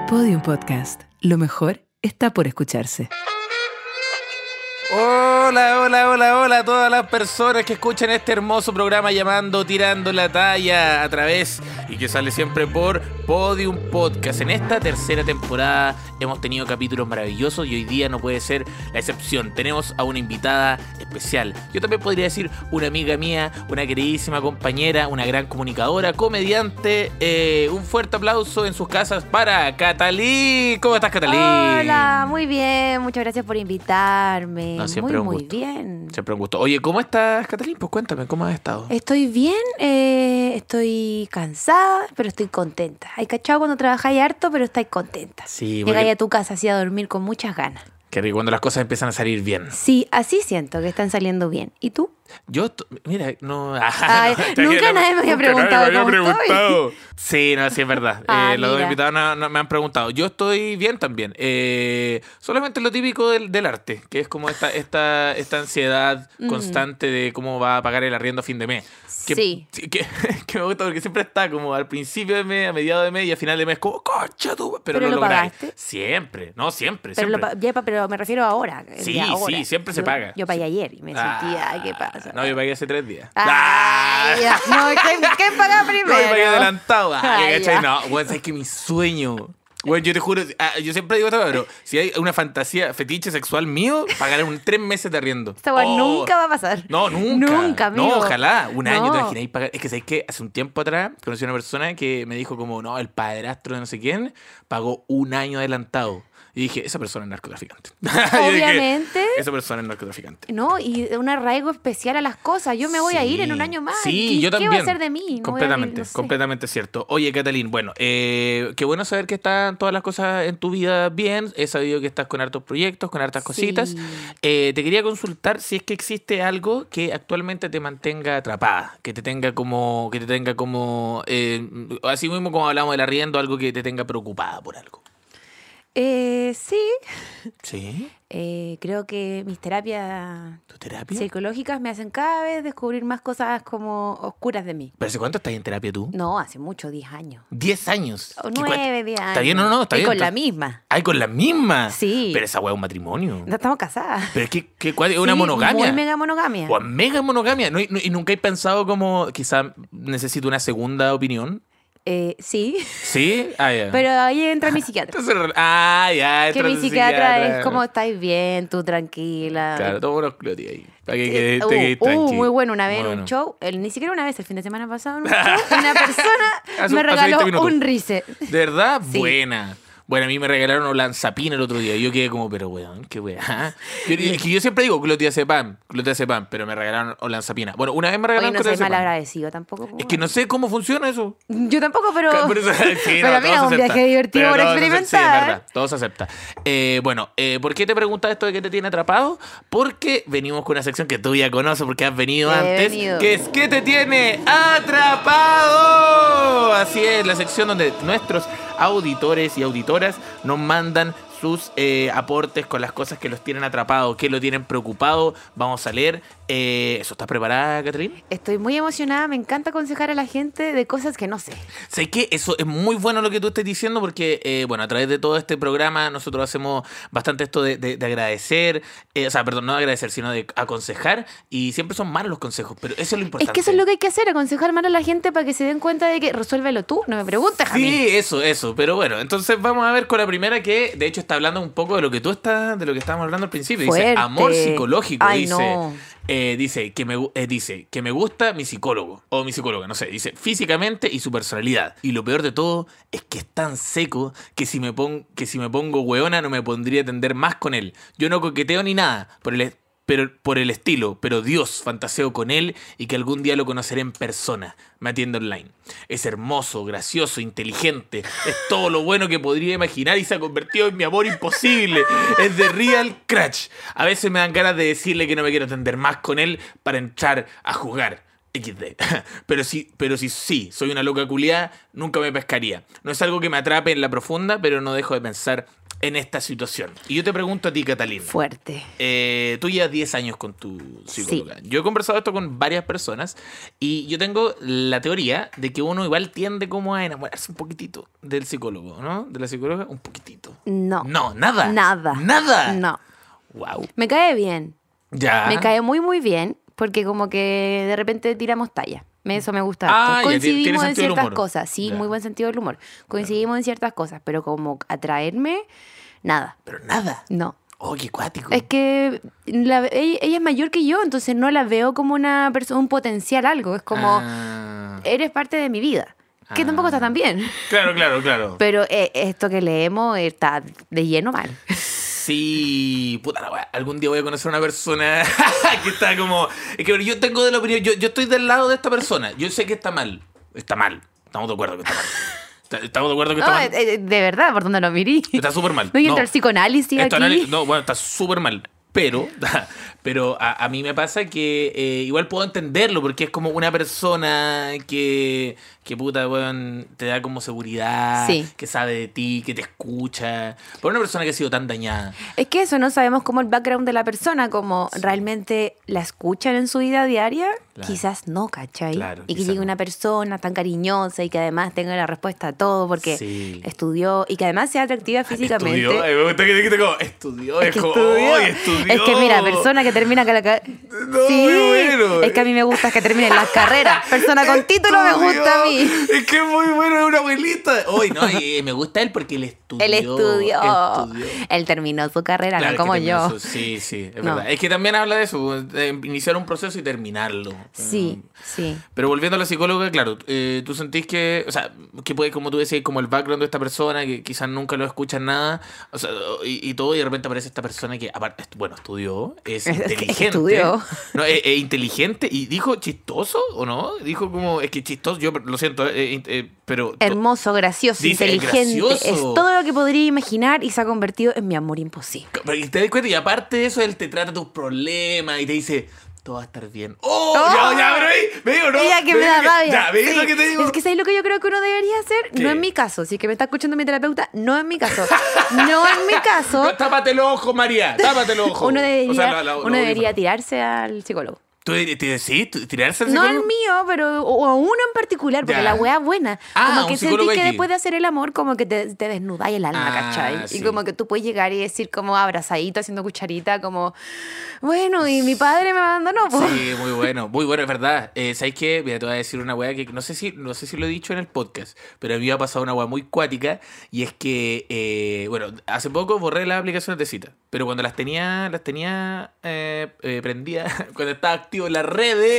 Podium Podcast. Lo mejor está por escucharse. Hola a todas las personas que escuchan este hermoso programa llamando Tirando la Talla a través y que sale siempre por Podium Podcast. En esta tercera temporada hemos tenido capítulos maravillosos y hoy día no puede ser la excepción. Tenemos a una invitada especial. Yo también podría decir una amiga mía, una queridísima compañera, una gran comunicadora, comediante. Un fuerte aplauso en sus casas para Catalí. ¿Cómo estás, Catalí? Hola, muy bien. Muchas gracias por invitarme. No, siempre un muy gusto. bien. Siempre un gusto. Oye, ¿cómo estás, Catalín? Pues cuéntame, ¿cómo has estado? Estoy bien, estoy cansada, pero estoy contenta. Hay cachado cuando trabajáis harto, pero estáis contenta. Sí, Llegáis a tu casa así a dormir con muchas ganas. que rico cuando las cosas empiezan a salir bien. Sí, así siento que están saliendo bien. ¿Y tú? Mira, no... Ay, nunca nadie me había preguntado cómo estoy. Sí, no, sí es verdad. Los dos invitados no me han preguntado. Yo estoy bien también. Solamente lo típico del arte, que es como esta ansiedad constante de cómo va a pagar el arriendo a fin de mes. Sí. Que me gusta porque siempre está como al principio de mes, a mediados de mes y a final de mes como, ¡concha tú! Pero ¿Pero lo lográis. pagaste? Siempre, no, siempre. Pero me refiero a ahora. Sí, ahora. sí, siempre se paga. Yo pagué ayer y me sentía, ay, ¿qué pasa? No, yo pagué hace 3 días. Ay, ya. No, ¿quién paga primero? No, yo pagué adelantado. Ay, ¿Cachai? ya. No, bueno, es que mi sueño... Bueno, yo te juro, yo siempre digo esto, pero si hay una fantasía, fetiche sexual mío, pagaré 3 meses de arriendo. Esta weá nunca va a pasar. No, nunca. Nunca, amigo. No, ojalá. Un año No. te imagináis pagar. Es que sabéis que hace un tiempo atrás conocí a una persona que me dijo como, no, el padrastro de no sé quién pagó 1 año adelantado. Y dije, esa persona es narcotraficante. Yo dije, Obviamente. esa persona es narcotraficante. No, y un arraigo especial a las cosas. Yo me voy a ir en un año más. Sí, yo ¿Qué también. va a hacer de mí? No Completamente, voy a ir, no sé. completamente cierto. Oye, Catalín, bueno, qué bueno saber que están todas las cosas en tu vida bien. He sabido que estás con hartos proyectos, con hartas cositas. Sí. Te quería consultar si es que existe algo que actualmente te mantenga atrapada, que te tenga como, así mismo como hablamos del arriendo, algo que te tenga preocupada por algo. Sí. ¿Sí? Creo que mis terapias ¿Tu terapia? psicológicas me hacen cada vez descubrir más cosas como oscuras de mí. ¿Pero hace cuánto estás en terapia tú? No, hace mucho, 10 años. 10 años. O ¿Qué 9, 10 años. Está bien, no, está y bien. con la misma. Ay, con la misma. Sí. Pero esa weá es un matrimonio. No estamos casadas. Pero es que ¿cuál es una Sí, monogamia? Muy mega monogamia. O mega monogamia. ¿Y nunca he pensado como quizá necesito una segunda opinión? Sí. ¿Sí? Ah, ya. Pero ahí entra mi psiquiatra. Entonces, Que ya. entra mi el psiquiatra es como, estáis bien, tú tranquila. Claro, tomo unos clotis ahí. Para que te quedes Muy tranquilo. bueno, una vez en Bueno. un show, ni siquiera una vez, el fin de semana pasado en un show, una persona Hace me 20 regaló minutos. un reset. ¿De verdad? Sí. Buena. Bueno, a mí me regalaron un lanzapin el otro día. Yo quedé como, pero weón, qué weá. Es que yo siempre digo clotiazepam, pero me regalaron un lanzapina. Bueno, una vez me Oye, regalaron no soy mal clotazepam. agradecido tampoco. Es que no sé cómo funciona eso. Yo tampoco, pero... Por eso- sí, pero no, mira, todo se un acepta. viaje divertido Pero por todo se acepta. Sí, es experimentar. verdad, todo se acepta. Bueno, ¿por qué te preguntas esto de que te tiene atrapado? Porque venimos con una sección que tú ya conoces porque has venido He antes, venido. que es ¿qué te tiene atrapado? Así es, la sección donde nuestros auditores y auditoras nos mandan sus aportes con las cosas que los tienen atrapados, que lo tienen preocupado. Vamos a leer. ¿Eso estás preparada, Catherine? Estoy muy emocionada, me encanta aconsejar a la gente de cosas que no sé. Sé que eso es muy bueno lo que tú estás diciendo porque, bueno, a través de todo este programa nosotros hacemos bastante esto de agradecer, no de agradecer, sino de aconsejar y siempre son malos los consejos, pero eso es lo importante. Es que eso es lo que hay que hacer, aconsejar más a la gente para que se den cuenta de que resuélvelo tú, no me preguntes a mí. Sí, eso, pero bueno, entonces vamos a ver con la primera que de hecho está hablando un poco de lo que de lo que estábamos hablando al principio. Dice, Fuerte. amor psicológico, Ay, dice. no. Dice que me gusta mi psicólogo o mi psicóloga, no sé, dice físicamente y su personalidad. Y lo peor de todo es que es tan seco que si me pongo hueona no me pondría a atender más con él. Yo no coqueteo ni nada, pero por el estilo, pero Dios, fantaseo con él y que algún día lo conoceré en persona. Me atiende online. Es hermoso, gracioso, inteligente. Es todo lo bueno que podría imaginar y se ha convertido en mi amor imposible. Es de real crush. A veces me dan ganas de decirle que no me quiero atender más con él para entrar a jugar. XD. Pero si sí, soy una loca culiada, nunca me pescaría. No es algo que me atrape en la profunda, pero no dejo de pensar en esta situación. Y yo te pregunto a ti, Catalina. Fuerte. Tú llevas 10 años con tu psicóloga. Sí. Yo he conversado esto con varias personas y yo tengo la teoría de que uno igual tiende como a enamorarse un poquitito del psicólogo, ¿no? De la psicóloga, un poquitito. No. No, nada. Nada. No. Wow. Me cae bien. Ya. Me cae muy, muy bien porque como que de repente tiramos talla. Eso me gusta harto. Coincidimos en ciertas cosas. Sí, muy buen sentido del humor. Coincidimos en ciertas cosas, pero como atraerme, nada. Pero nada. No. Oh, qué cuático. Es que ella es mayor que yo, entonces no la veo como una persona, un potencial algo. Es como, eres parte de mi vida. Que tampoco está tan bien. Claro. Pero esto que leemos está de lleno mal. Sí, puta la weá. Algún día voy a conocer a una persona que está como... Es que yo tengo de la opinión, yo estoy del lado de esta persona. Yo sé que está mal. Está mal. Estamos de acuerdo que está mal. Estamos de acuerdo que está mal. De verdad, por donde lo mirí. Está súper mal. No hay el psicoanálisis aquí. No, bueno, está súper mal. Pero a mí me pasa que igual puedo entenderlo porque es como una persona que puta, weón, te da como seguridad, sí, que sabe de ti, que te escucha. Por una persona que ha sido tan dañada. Es que eso, no sabemos cómo el background de la persona, como realmente la escuchan en su vida diaria, quizás no, ¿cachai? Claro, y que llegue una persona tan cariñosa y que además tenga la respuesta a todo porque estudió y que además sea atractiva físicamente. Estudió, me gusta que te como, estudió. Es que mira, persona que termina con la No, sí, bueno. Es que a mí me gusta que terminen las carreras. Persona con título me gusta a mí. Es que es muy bueno, es una abuelita. Hoy no, y me gusta él porque él estudió. Él terminó su carrera, claro, no como yo. Sí, es verdad. Es que también habla de eso, de iniciar un proceso y terminarlo. Sí. Pero volviendo a la psicóloga, claro, tú sentís que, o sea, que puede, como tú decías, como el background de esta persona, que quizás nunca lo escuchan nada, o sea, y todo, y de repente aparece esta persona que, aparte, bueno, estudió, es inteligente. Estudió. No, es inteligente y dijo chistoso, ¿o no? Dijo como, es que chistoso, yo lo siento, pero... Hermoso, gracioso, inteligente. Gracioso. Es todo lo que podría imaginar y se ha convertido en mi amor imposible. Y te das cuenta, y aparte de eso, él te trata tus problemas y te dice... Todo va a estar bien. Ya, pero ahí, me digo, ¿no? Ya que me da rabia. Ya, ¿ves lo que te digo? Es que ¿sabes lo que yo creo que uno debería hacer? ¿Qué? No en mi caso. Si es que me está escuchando mi terapeuta, no en mi caso. No en mi caso. No, tápate los ojos, María. Tápate los ojos. Uno debería tirarse al psicólogo. ¿Tú decís tirarse al psicólogo? No al mío, pero o a uno en particular, porque la wea buena. Como que sentís que después de hacer el amor, como que te desnudáis el alma, ¿cachai? Sí. Y como que tú puedes llegar y decir como abrazadito, haciendo cucharita, como, bueno, y mi padre me abandonó. Pues. Sí, muy bueno, es verdad. ¿Sabes qué? Mira, te voy a decir una wea que no sé si lo he dicho en el podcast, pero a mí me ha pasado una wea muy cuática, y es que, bueno, hace poco borré las aplicaciones de cita, pero cuando las tenía prendidas, cuando estaba activo en las redes.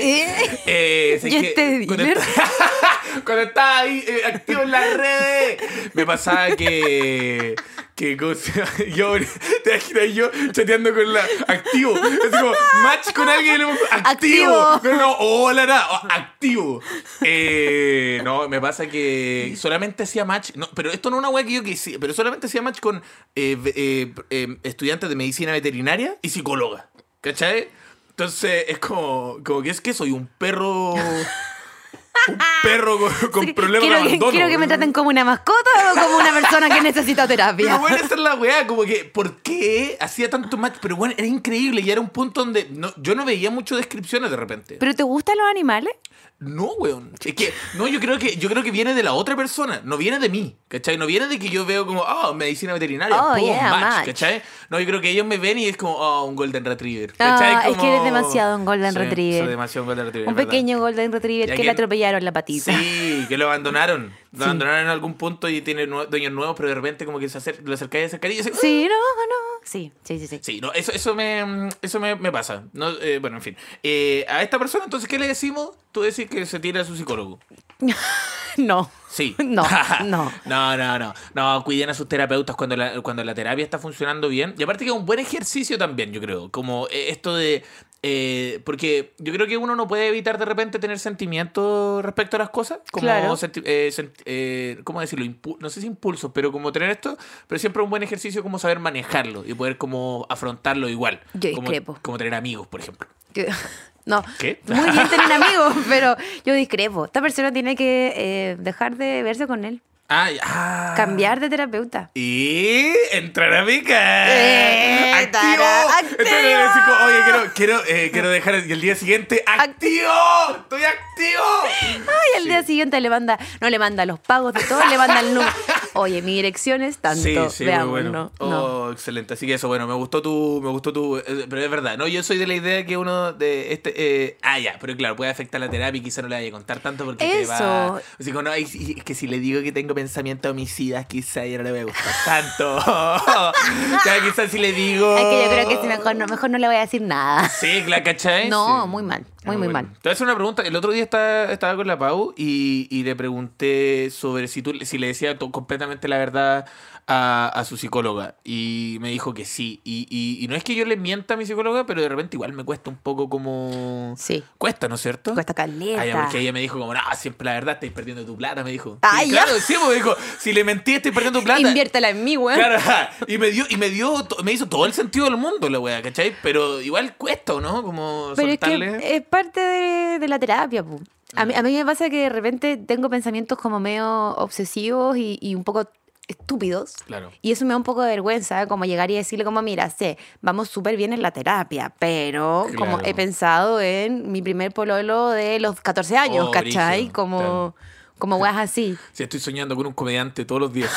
Cuando estaba ahí activo en las redes, me pasaba que yo te imaginas yo chateando con la activo, es como match con alguien activo. No, hola, nada, activo. No, me pasa que solamente hacía match, no, pero esto no es una wea que yo quisiera, pero solamente hacía match con estudiantes de medicina veterinaria y psicóloga, ¿cachai? Entonces es como que es que soy un perro. Un perro con problemas de abandono. Quiero que me traten como una mascota o como una persona que necesita terapia. Pero bueno, esa es la weá, como que, ¿por qué hacía tanto match? Pero bueno, era increíble y era un punto donde yo no veía muchas descripciones de repente. ¿Pero te gustan los animales? No, weón. Es que, no, yo creo que viene de la otra persona, no viene de mí, ¿cachai? No viene de que yo veo como, medicina veterinaria, match, ¿cachai? No, yo creo que ellos me ven y es como, un Golden Retriever, ¿cachai? Como... Es que eres demasiado un Golden Retriever. Soy demasiado un Golden Retriever. Un pequeño Golden Retriever que le atropellaron la patita. Sí, que lo abandonaron. Lo abandonaron en algún punto y tiene dueños nuevos, pero de repente como que lo acercáis y dice, sí, no. Sí. Sí, no, eso me pasa. No, bueno, en fin. A esta persona, entonces, ¿qué le decimos? Tú decís que se tira a su psicólogo. No. Sí. No. No, cuiden a sus terapeutas cuando la terapia está funcionando bien. Y aparte que es un buen ejercicio también, yo creo. Como esto de... porque yo creo que uno no puede evitar de repente tener sentimientos respecto a las cosas. Como, claro. ¿Cómo decirlo? No sé si impulsos, pero como tener esto. Pero siempre es un buen ejercicio como saber manejarlo y poder como afrontarlo igual. Yo discrepo. Como tener amigos, por ejemplo. No, ¿Qué? muy bien tener amigos, pero yo discrepo. Esta persona tiene que dejar de verse con él. Cambiar de terapeuta. Y entrar a mi casa. ¡Activo! Oye, quiero dejar el día siguiente ¡activo! ¡Estoy activo! Ay, el día siguiente le manda los pagos de todo, le manda el número. Oye, mi dirección es tanto. Sí, veamos, muy bueno. no. Excelente. Así que eso, bueno, me gustó tu, pero es verdad, ¿no? Yo soy de la idea que uno de pero claro, puede afectar la terapia y quizá no le vaya a contar tanto porque te va. Así como, no, es que si le digo que tengo pensamientos homicidas, quizá ya no le va a gustar tanto. Quizás si le digo. Es que yo creo que si mejor no le voy a decir nada. Sí, claro, ¿cachai? No, sí. Muy mal. Muy mal. Te voy a hacer una pregunta. El otro día estaba con la Pau y le pregunté sobre si le decía completamente la verdad a su psicóloga. Y me dijo que sí. Y no es que yo le mienta a mi psicóloga, pero de repente igual me cuesta un poco como... Sí. Cuesta, ¿no es cierto? Cuesta caleta. Porque ella me dijo como, no, siempre la verdad estáis perdiendo tu plata, me dijo. Ay, claro, sí, me dijo, si le mentí estoy perdiendo tu plata. Inviértela en mí, weón. Claro, y me hizo todo el sentido del mundo la weá, ¿cachai? Pero igual cuesta, ¿no? Como pero soltarle. Es que es parte de la terapia, pu. A mí me pasa que de repente tengo pensamientos como medio obsesivos y un poco estúpidos. Claro. Y eso me da un poco de vergüenza, ¿eh? Como llegar y decirle como, mira, vamos súper bien en la terapia, pero como he pensado en mi primer pololo de los 14 años, ¿cachai? Brígido, como weas así. Sí, estoy soñando con un comediante todos los días.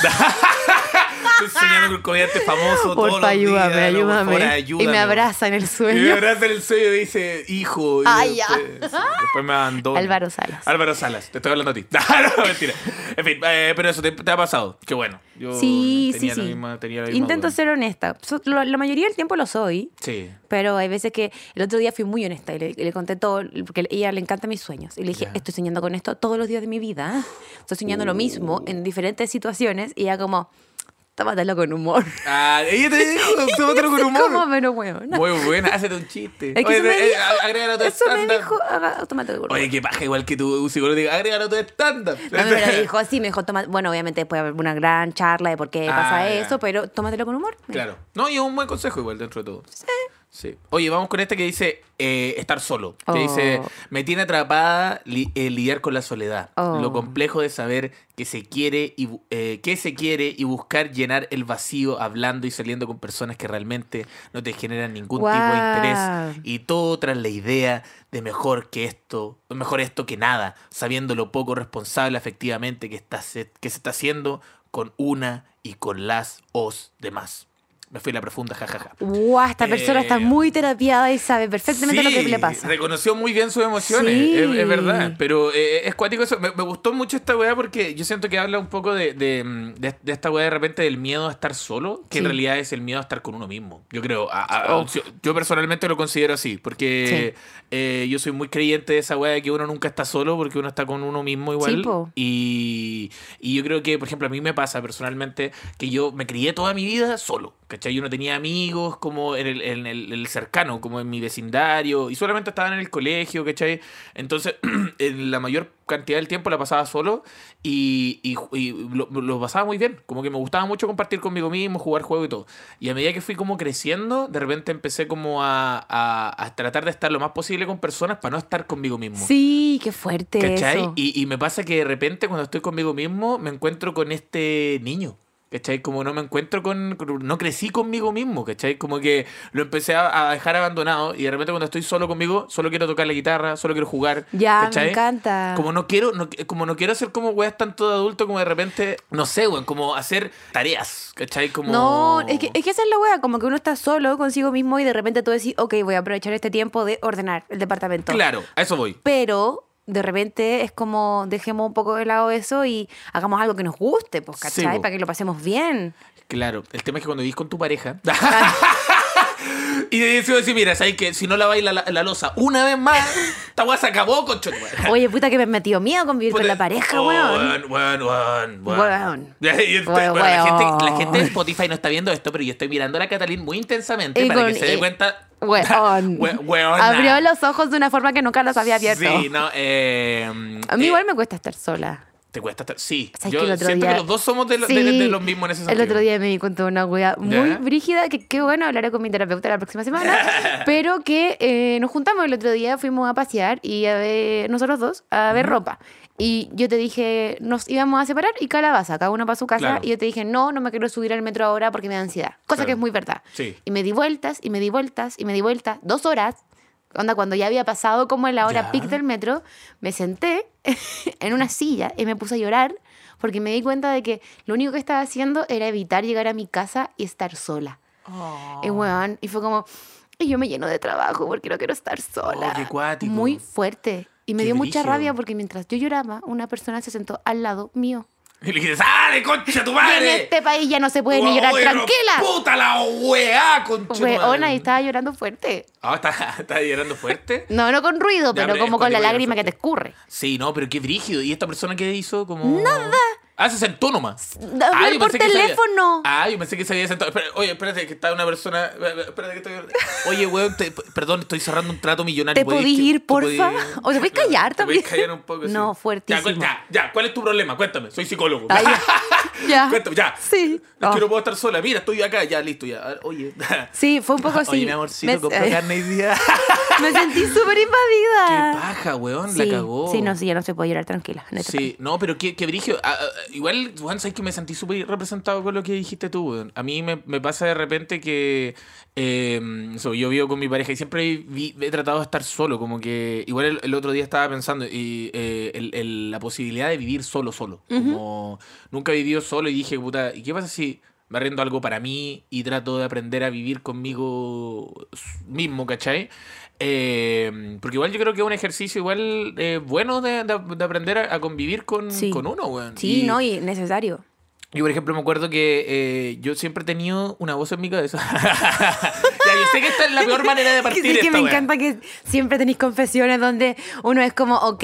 Estoy soñando con un comediante famoso todos los días. Ayúdame. Y me abraza en el sueño. Y me abraza en el sueño y dice, hijo. Ay, después me abandona. Álvaro Salas. Te estoy hablando a ti. No, mentira. En fin, pero eso te ha pasado. Qué bueno. Yo tenía la misma Intento ser honesta. La mayoría del tiempo lo soy. Sí. Pero hay veces que el otro día fui muy honesta y le conté todo, porque a ella le encantan mis sueños. Y le dije, estoy soñando con esto todos los días de mi vida. Estoy soñando lo mismo en diferentes situaciones. Y ella como... Tómatelo con humor. Ella te dijo, tómatelo con humor. ¿Cómo? Pero bueno. Muy buena, hazte un chiste. Es que agrégalo a tu eso stand-up. me dijo, tómatelo con humor. Oye, qué paja, igual que tu psicólogo diga, agrégalo a tu stand-up. No, me dijo así, me dijo, bueno, obviamente después haber una gran charla de por qué pasa eso, pero tómatelo con humor. Claro. No, y es un buen consejo igual dentro de todo. Sí. Oye, vamos con este que dice estar solo. Que dice, me tiene atrapada lidiar con la soledad. Lo complejo de saber que se quiere y buscar llenar el vacío hablando y saliendo con personas que realmente no te generan ningún tipo de interés. Y todo tras la idea de mejor esto que nada, sabiendo lo poco responsable efectivamente que se está haciendo con una y con las demás. Me fui a la profunda, jajaja. Esta persona está muy terapiada y sabe perfectamente lo que le pasa. Reconoció muy bien sus emociones, es verdad. Pero es cuático eso. Me gustó mucho esta weá porque yo siento que habla un poco de esta weá de repente del miedo a estar solo, que en realidad es el miedo a estar con uno mismo. Yo creo, yo personalmente lo considero así, porque yo soy muy creyente de esa weá de que uno nunca está solo porque uno está con uno mismo igual. Y yo creo que, por ejemplo, a mí me pasa personalmente que yo me crié toda mi vida solo, ¿cachai? Yo no tenía amigos como en el cercano, como en mi vecindario, y solamente estaba en el colegio, ¿cachai? Entonces, en la mayor cantidad del tiempo la pasaba solo y lo pasaba muy bien. Como que me gustaba mucho compartir conmigo mismo, jugar juegos y todo. Y a medida que fui como creciendo, de repente empecé como a tratar de estar lo más posible con personas para no estar conmigo mismo. Sí, qué fuerte, ¿cachai? eso. Y me pasa que de repente cuando estoy conmigo mismo me encuentro con este niño. ¿Cachai? Como no me encuentro no crecí conmigo mismo, ¿cachai? Como que lo empecé a dejar abandonado y de repente cuando estoy solo conmigo, solo quiero tocar la guitarra, solo quiero jugar, ¿cachai? Me encanta. Como no quiero hacer como weas tanto de adulto como de repente, no sé, weón, como hacer tareas, ¿cachai? Como... No, es que esa es la wea, como que uno está solo consigo mismo y de repente tú decís, ok, voy a aprovechar este tiempo de ordenar el departamento. Claro, a eso voy. Pero... de repente es como dejemos un poco de lado eso y hagamos algo que nos guste, pues, ¿cachai? Sí, para que lo pasemos bien. Claro, el tema es que cuando vivís con tu pareja y decís, mira, ¿sabes que si no laváis la loza una vez más, esta weá se acabó, concho? Oye, puta, que me metió miedo convivir con la pareja, weón. La gente de Spotify no está viendo esto, pero yo estoy mirando a la Catalina muy intensamente para que se dé cuenta. Abrió los ojos de una forma que nunca los había abierto. Sí, no. A mí igual me cuesta estar sola. ¿Te cuesta estar? Sí. Yo siento que los dos somos de los mismos en ese sentido. El otro día me di cuenta de una wea muy brígida, que bueno, hablaré con mi terapeuta la próxima semana, pero que nos juntamos el otro día, fuimos a pasear y nosotros dos, a ver ropa. Y yo te dije, nos íbamos a separar y calabaza, cada uno para su casa. Claro. Y yo te dije, no me quiero subir al metro ahora porque me da ansiedad. Cosa que es muy verdad. Sí. Y me di vueltas, 2 horas. Onda, cuando ya había pasado como en la hora pic del metro, me senté en una silla y me puse a llorar porque me di cuenta de que lo único que estaba haciendo era evitar llegar a mi casa y estar sola. Oh. Y fue como, y yo me lleno de trabajo porque no quiero estar sola. Oh, qué cuático. Muy fuerte. Y me dio mucha rabia porque mientras yo lloraba, una persona se sentó al lado mío. Y le dije, ¡sale, concha tu madre! Y en este país ya no se puede ni llorar tranquila. ¡Puta la weá, concha tu madre! Y estaba llorando fuerte. ¿Estaba llorando fuerte? No con ruido, pero como con la lágrima que te escurre. Sí, no, pero qué brígido. ¿Y esta persona qué hizo? Nada. Se sentó nomás. Por teléfono. Yo pensé que se había sentado. Oye, espérate, que está una persona. Espérate que estoy. Oye, weón, perdón, estoy cerrando un trato millonario. ¿Te podés ir, porfa? O te puedes callar también. ¿Te puedes callar un poco? No, sí. fuertísimo. Ya, ¿cuál es tu problema? Cuéntame, soy psicólogo. Ya. Cuéntame, ya. Sí. Es que no puedo estar sola. Mira, estoy acá, ya, listo, ya. Oye. Sí, fue un poco así. Oye, mi amorcito, compré carne y día. Me sentí súper invadida. Qué paja, weón, sí, la cagó. Sí, ya no se puede llorar tranquila. Sí, no, pero qué brígido. Igual, Juan, sabes que me sentí súper representado con lo que dijiste tú, weón. A mí me pasa de repente que yo vivo con mi pareja y siempre he tratado de estar solo, como que igual el otro día estaba pensando y la posibilidad de vivir solo. Como nunca he vivido solo y dije, puta, ¿y qué pasa si me arrendo algo para mí y trato de aprender a vivir conmigo mismo, ¿cachai? Porque igual yo creo que es un ejercicio igual bueno de aprender a convivir con uno, weón. Sí, y necesario. Yo, por ejemplo, me acuerdo que yo siempre he tenido una voz en mi cabeza. Yo sé que esta es la peor manera de partir. Sí, que me encanta que siempre tenéis confesiones donde uno es como, ok,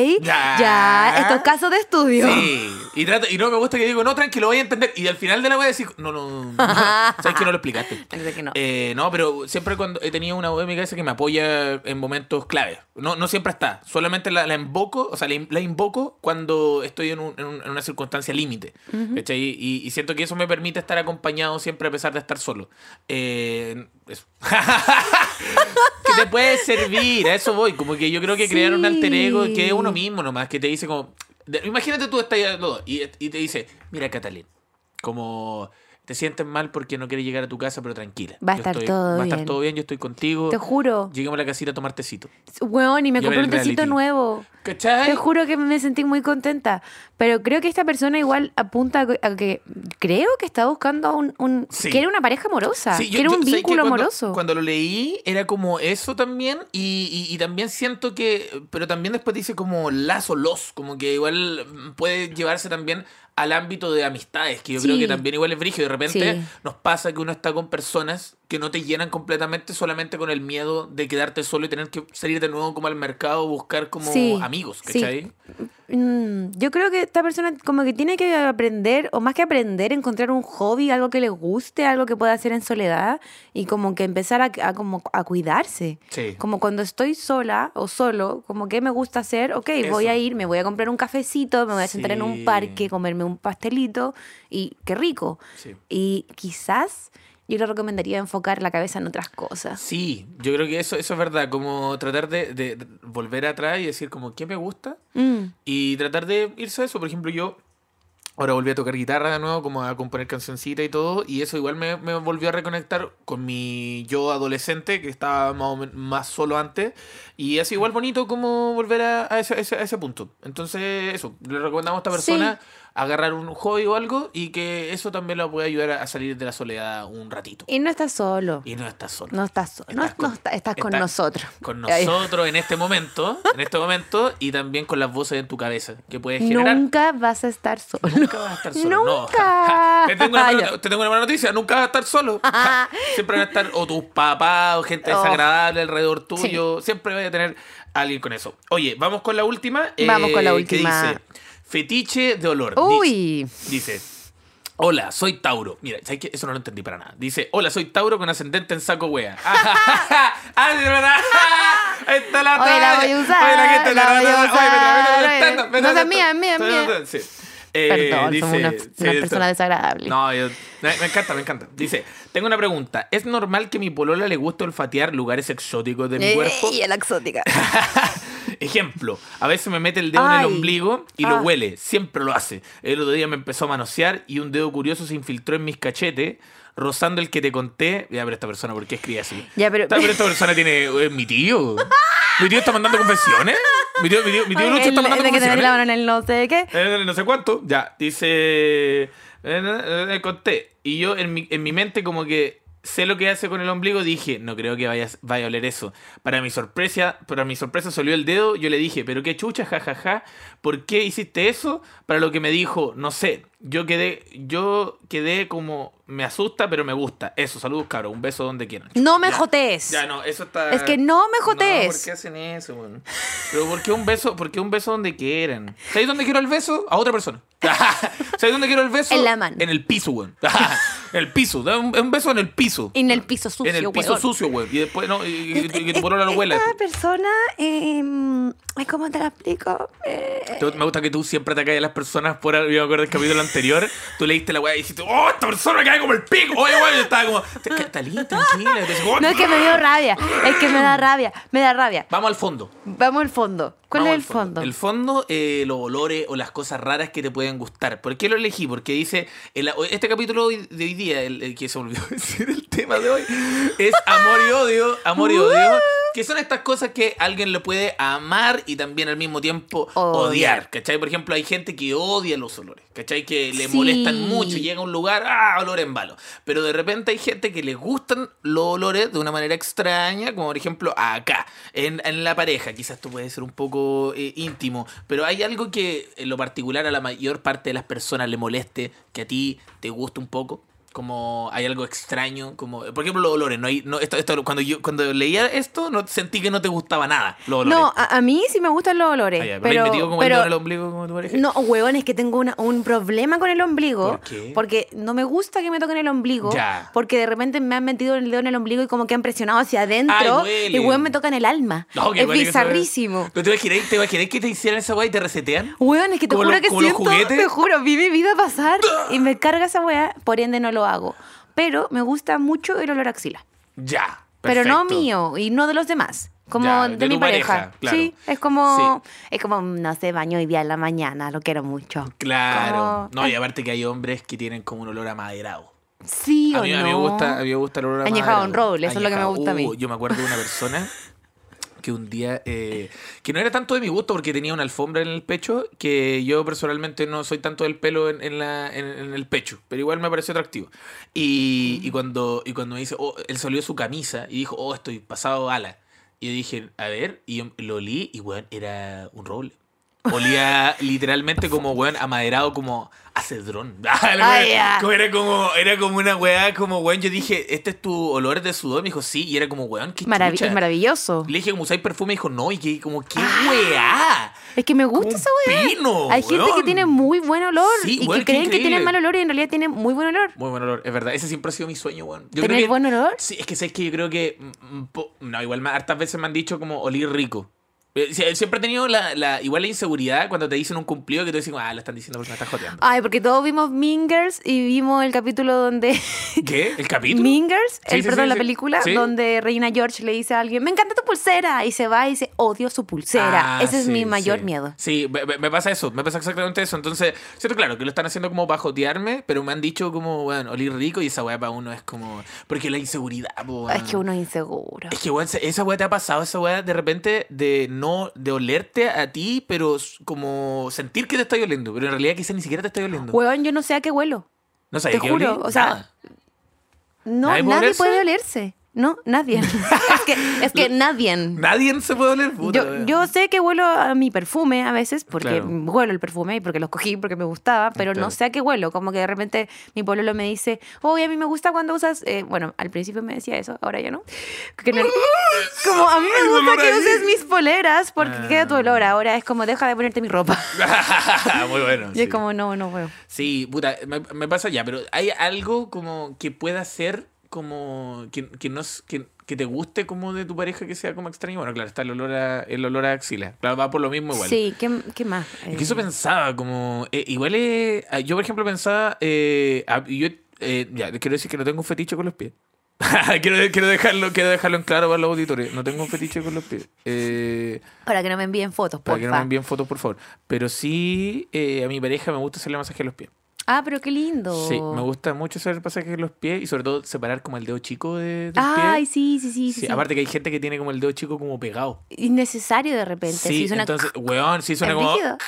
ya, estos casos de estudio. Sí, y no me gusta que digo, no, tranquilo, voy a entender. Y al final de la voy a decir, no. ¿Sabes que no lo explicaste? Que no. No, pero siempre cuando he tenido una voz en mi cabeza que me apoya en momentos claves. No siempre está, solamente la invoco, o sea, la invoco cuando estoy en una circunstancia límite. Y siento que eso me permite estar acompañado siempre a pesar de estar solo. Eso. Que te puede servir, a eso voy. Como que yo creo que crear un alter ego que es uno mismo nomás, que te dice como... Imagínate tú estás ahí y te dice, mira, Catalina, como... Te sientes mal porque no quieres llegar a tu casa, pero tranquila. Va a estar todo bien, yo estoy contigo. Te juro. Lleguemos a la casita a tomar tecito. Weón, y me compré un tecito nuevo. ¿Cachai? Te juro que me sentí muy contenta. Pero creo que esta persona igual apunta a que... Creo que está buscando quiere una pareja amorosa. Sí, quiere un vínculo amoroso. Cuando lo leí, era como eso también. Y también siento que... Pero también después dice como como que igual puede llevarse también al ámbito de amistades, que yo creo que también igual es brígido. De repente nos pasa que uno está con personas que no te llenan completamente solamente con el miedo de quedarte solo y tener que salir de nuevo como al mercado, buscar como amigos, ¿cachai? Yo creo que esta persona como que tiene que aprender, o más que aprender, encontrar un hobby, algo que le guste, algo que pueda hacer en soledad y como que empezar a cuidarse. Sí. Como cuando estoy sola o solo, como que me gusta hacer, me voy a comprar un cafecito, me voy a sentar en un parque, comerme un pastelito y qué rico. Sí. Y quizás... Yo le recomendaría enfocar la cabeza en otras cosas. Sí, yo creo que eso es verdad, como tratar de volver atrás y decir como, ¿qué me gusta? Y tratar de irse a eso. Por ejemplo, yo ahora volví a tocar guitarra de nuevo, como a componer cancioncita y todo, y eso igual me volvió a reconectar con mi yo adolescente, que estaba más solo antes, y es igual bonito como volver a ese punto. Entonces, eso, le recomendamos a esta persona... agarrar un hobby o algo y que eso también lo puede ayudar a salir de la soledad un ratito. Y no estás solo. Estás con nosotros. Con nosotros en este momento y también con las voces en tu cabeza que puedes generar. Nunca vas a estar solo. Nunca vas a estar solo. Nunca. Te tengo una mala noticia, nunca vas a estar solo. Siempre van a estar o tus papás o gente desagradable alrededor tuyo. Siempre vas a tener a alguien con eso. Oye, vamos con la última. Que dice... Fetiche de olor. Uy. Dice, hola, soy Tauro. Mira, ¿sabes qué? Eso no lo entendí para nada. Dice, hola, soy Tauro con ascendente en saco wea. De verdad. Ahí está la talla. Hoy la voy a usar. Oye, la gente la voy a usar. No es mía, es mía, es mía. Sí. Perdón, dice, somos una persona desagradable. No, me encanta. Dice, tengo una pregunta. ¿Es normal que a mi polola le guste olfatear lugares exóticos de mi cuerpo? Y la exótica. Ejemplo, a veces me mete el dedo en el ombligo y lo huele. Siempre lo hace. El otro día me empezó a manosear y un dedo curioso se infiltró en mis cachetes, rozando el que te conté. Ya, pero esta persona, ¿por qué escribe así? Ya, pero esta persona tiene... mi tío. ¿Mi tío está mandando confesiones? ¿Mi tío Lucho está mandando confesiones? Que te la mano en el no sé qué. No sé cuánto. Ya, dice... conté. Y yo en mi mente como que sé lo que hace con el ombligo. Dije, no creo que vaya a oler eso. Para mi sorpresa salió el dedo. Yo le dije, pero qué chucha, jajaja. ¿Por qué hiciste eso? Para lo que me dijo, no sé. Yo quedé como, me asusta, pero me gusta. Eso, saludos, cabros. Un beso donde quieran. No me jotees. Ya, no, eso está... Es que no me jotees. No, ¿por qué hacen eso, bueno? Pero ¿por qué un beso donde quieran? ¿Sabes dónde quiero el beso? A otra persona. ¿Sabes dónde quiero el beso? En la mano. En el piso, weón. En el piso. Un beso en el piso. En el piso sucio, En el piso sucio, weón. Y después, no, y que tu polola lo huela. Esta persona, ¿cómo te la explico? Me gusta que tú siempre te caes a las personas por... Yo me acuerdo del capítulo anterior. Tú leíste la weá y dijiste, ¡oh, esta persona me cae como el pico! Oye, weón, yo estaba como... Tranquila. No, es que me dio rabia. Es que me da rabia. Vamos al fondo. ¿Cuál es el fondo? El fondo, los olores o las cosas raras que te pueden gustar. ¿Por qué lo elegí? Porque dice, este capítulo de hoy día, el que se olvidó decir el tema de hoy, es amor y odio, que son estas cosas que alguien le puede amar y también al mismo tiempo odiar, ¿cachai? Por ejemplo, hay gente que odia los olores, ¿cachai? Que le molestan mucho, llega a un lugar, olor en balo. Pero de repente hay gente que les gustan los olores de una manera extraña, como por ejemplo acá, en la pareja. Quizás esto puede ser un poco íntimo, pero hay algo que en lo particular a la mayor parte de las personas le moleste, que a ti te gusta un poco. Como hay algo extraño, como por ejemplo los olores. Cuando leía esto sentí que no te gustaba nada los olores. No, a mí sí me gustan los olores. Pero metido como el dedo en el ombligo como tu pareja. No, huevón, es que tengo un problema con el ombligo. ¿Por qué? Porque no me gusta que me toquen el ombligo. Ya. Porque de repente me han metido el dedo en el ombligo y como que han presionado hacia adentro. Ay, y huevón me tocan el alma. No, es bizarrísimo. ¿Pero te imaginas que te hicieran esa weá y te resetean? Huevón, es que te juro que siento, te juro, vi mi vida pasar y me carga esa weá, por ende no lo hago. Pero me gusta mucho el olor a axila. Ya, perfecto. Pero no mío y no de los demás. Como ya, de mi pareja. Claro. Sí, es como, no sé, baño hoy día en la mañana, lo quiero mucho. Claro. No, y aparte que hay hombres que tienen como un olor amaderado. Sí, a mí me gusta el olor amaderado. Añejado en roble, eso es lo que me gusta a mí. Yo me acuerdo de una persona que un día, que no era tanto de mi gusto porque tenía una alfombra en el pecho, que yo personalmente no soy tanto del pelo en el pecho, pero igual me pareció atractivo. Y cuando me dice, él salió su camisa y dijo, estoy pasado ala. Y yo dije, a ver, y yo lo olí y weón, era un roble. Olía literalmente como weón amaderado, como a cedrón. Era como una weá, como weón. Yo dije, ¿este es tu olor de sudor? Me dijo, sí. Y era como weón, qué chucha. Es maravilloso. Le dije, como usáis perfume. Y dijo, no. Y que como, qué weá. Es que me gusta esa weá. Hay gente que tiene muy buen olor. Sí, y weón, que creen que tienen mal olor y en realidad tienen muy buen olor. Muy buen olor, es verdad. Ese siempre ha sido mi sueño, weón. ¿Tener buen olor? Sí, es que sabes que yo creo que... No, igual hartas veces me han dicho como oler rico. Siempre he tenido igual la inseguridad cuando te dicen un cumplido que tú dices, lo están diciendo porque me estás joteando. Ay, porque todos vimos Mean Girls y vimos el capítulo donde... ¿Qué? ¿El capítulo? Mean Girls, la sí. película, ¿Sí? Donde Regina George le dice a alguien, me encanta tu pulsera, y se va y dice, odio su pulsera. Ese es mi mayor miedo. Sí, me pasa eso, me pasa exactamente eso. Entonces, siento claro que lo están haciendo como para jotearme, pero me han dicho como, bueno, oler rico y esa weá para uno es como... Porque la inseguridad, Es que uno es inseguro. Es que, weón, esa weá te ha pasado, esa weá de repente de oler a ti, pero como sentir que te estoy oliendo, pero en realidad quizás ni siquiera te estoy oliendo. Huevón, yo no sé a qué huelo. No sé, te juro, o sea, nadie puede olerse. No, nadie. es que nadie. Nadie se puede oler. Yo sé que huelo a mi perfume a veces, porque huelo el perfume y porque lo escogí, porque me gustaba, pero no sé a qué huelo. Como que de repente mi pololo me dice, a mí me gusta cuando usas... bueno, al principio me decía eso, ahora ya no. Como a mí me gusta que uses mis poleras porque queda tu olor. Ahora es como, deja de ponerte mi ropa. Muy bueno. Y es como, no huevo. Sí, puta, me pasa ya, pero hay algo como que pueda ser como que que te guste como de tu pareja que sea como extraño. Bueno, claro, está el olor a axila. Claro, va por lo mismo igual. Sí, ¿qué más? Es que eso pensaba, como... igual yo, por ejemplo, pensaba... ya, quiero decir que no tengo un fetiche con los pies. quiero dejarlo en claro para los auditores. No tengo un fetiche con los pies. Para que no me envíen fotos, por favor. Para que no me envíen fotos, por favor. Pero sí, a mi pareja me gusta hacerle masaje a los pies. Ah, pero qué lindo. Sí, me gusta mucho hacer masaje en los pies y sobre todo separar como el dedo chico del pie. Ay, sí. Aparte que hay gente que tiene como el dedo chico como pegado. Innecesario de repente. Sí, entonces, weón, sí suena como... rígido.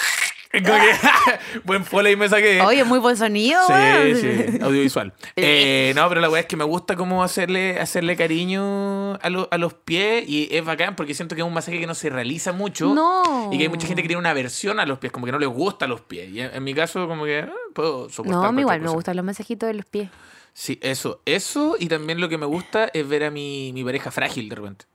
Buen foley me saqué. Oye, muy buen sonido, sí, audiovisual. No, pero la weá es que me gusta como hacerle cariño a los pies y es bacán porque siento que es un masaje que no se realiza mucho. No. Y que hay mucha gente que tiene una aversión a los pies, como que no les gustan los pies. Y en mi caso, como que puedo soportar. No, a mí igual me gustan los masajitos de los pies. Sí, eso. Y también lo que me gusta es ver a mi pareja frágil de repente.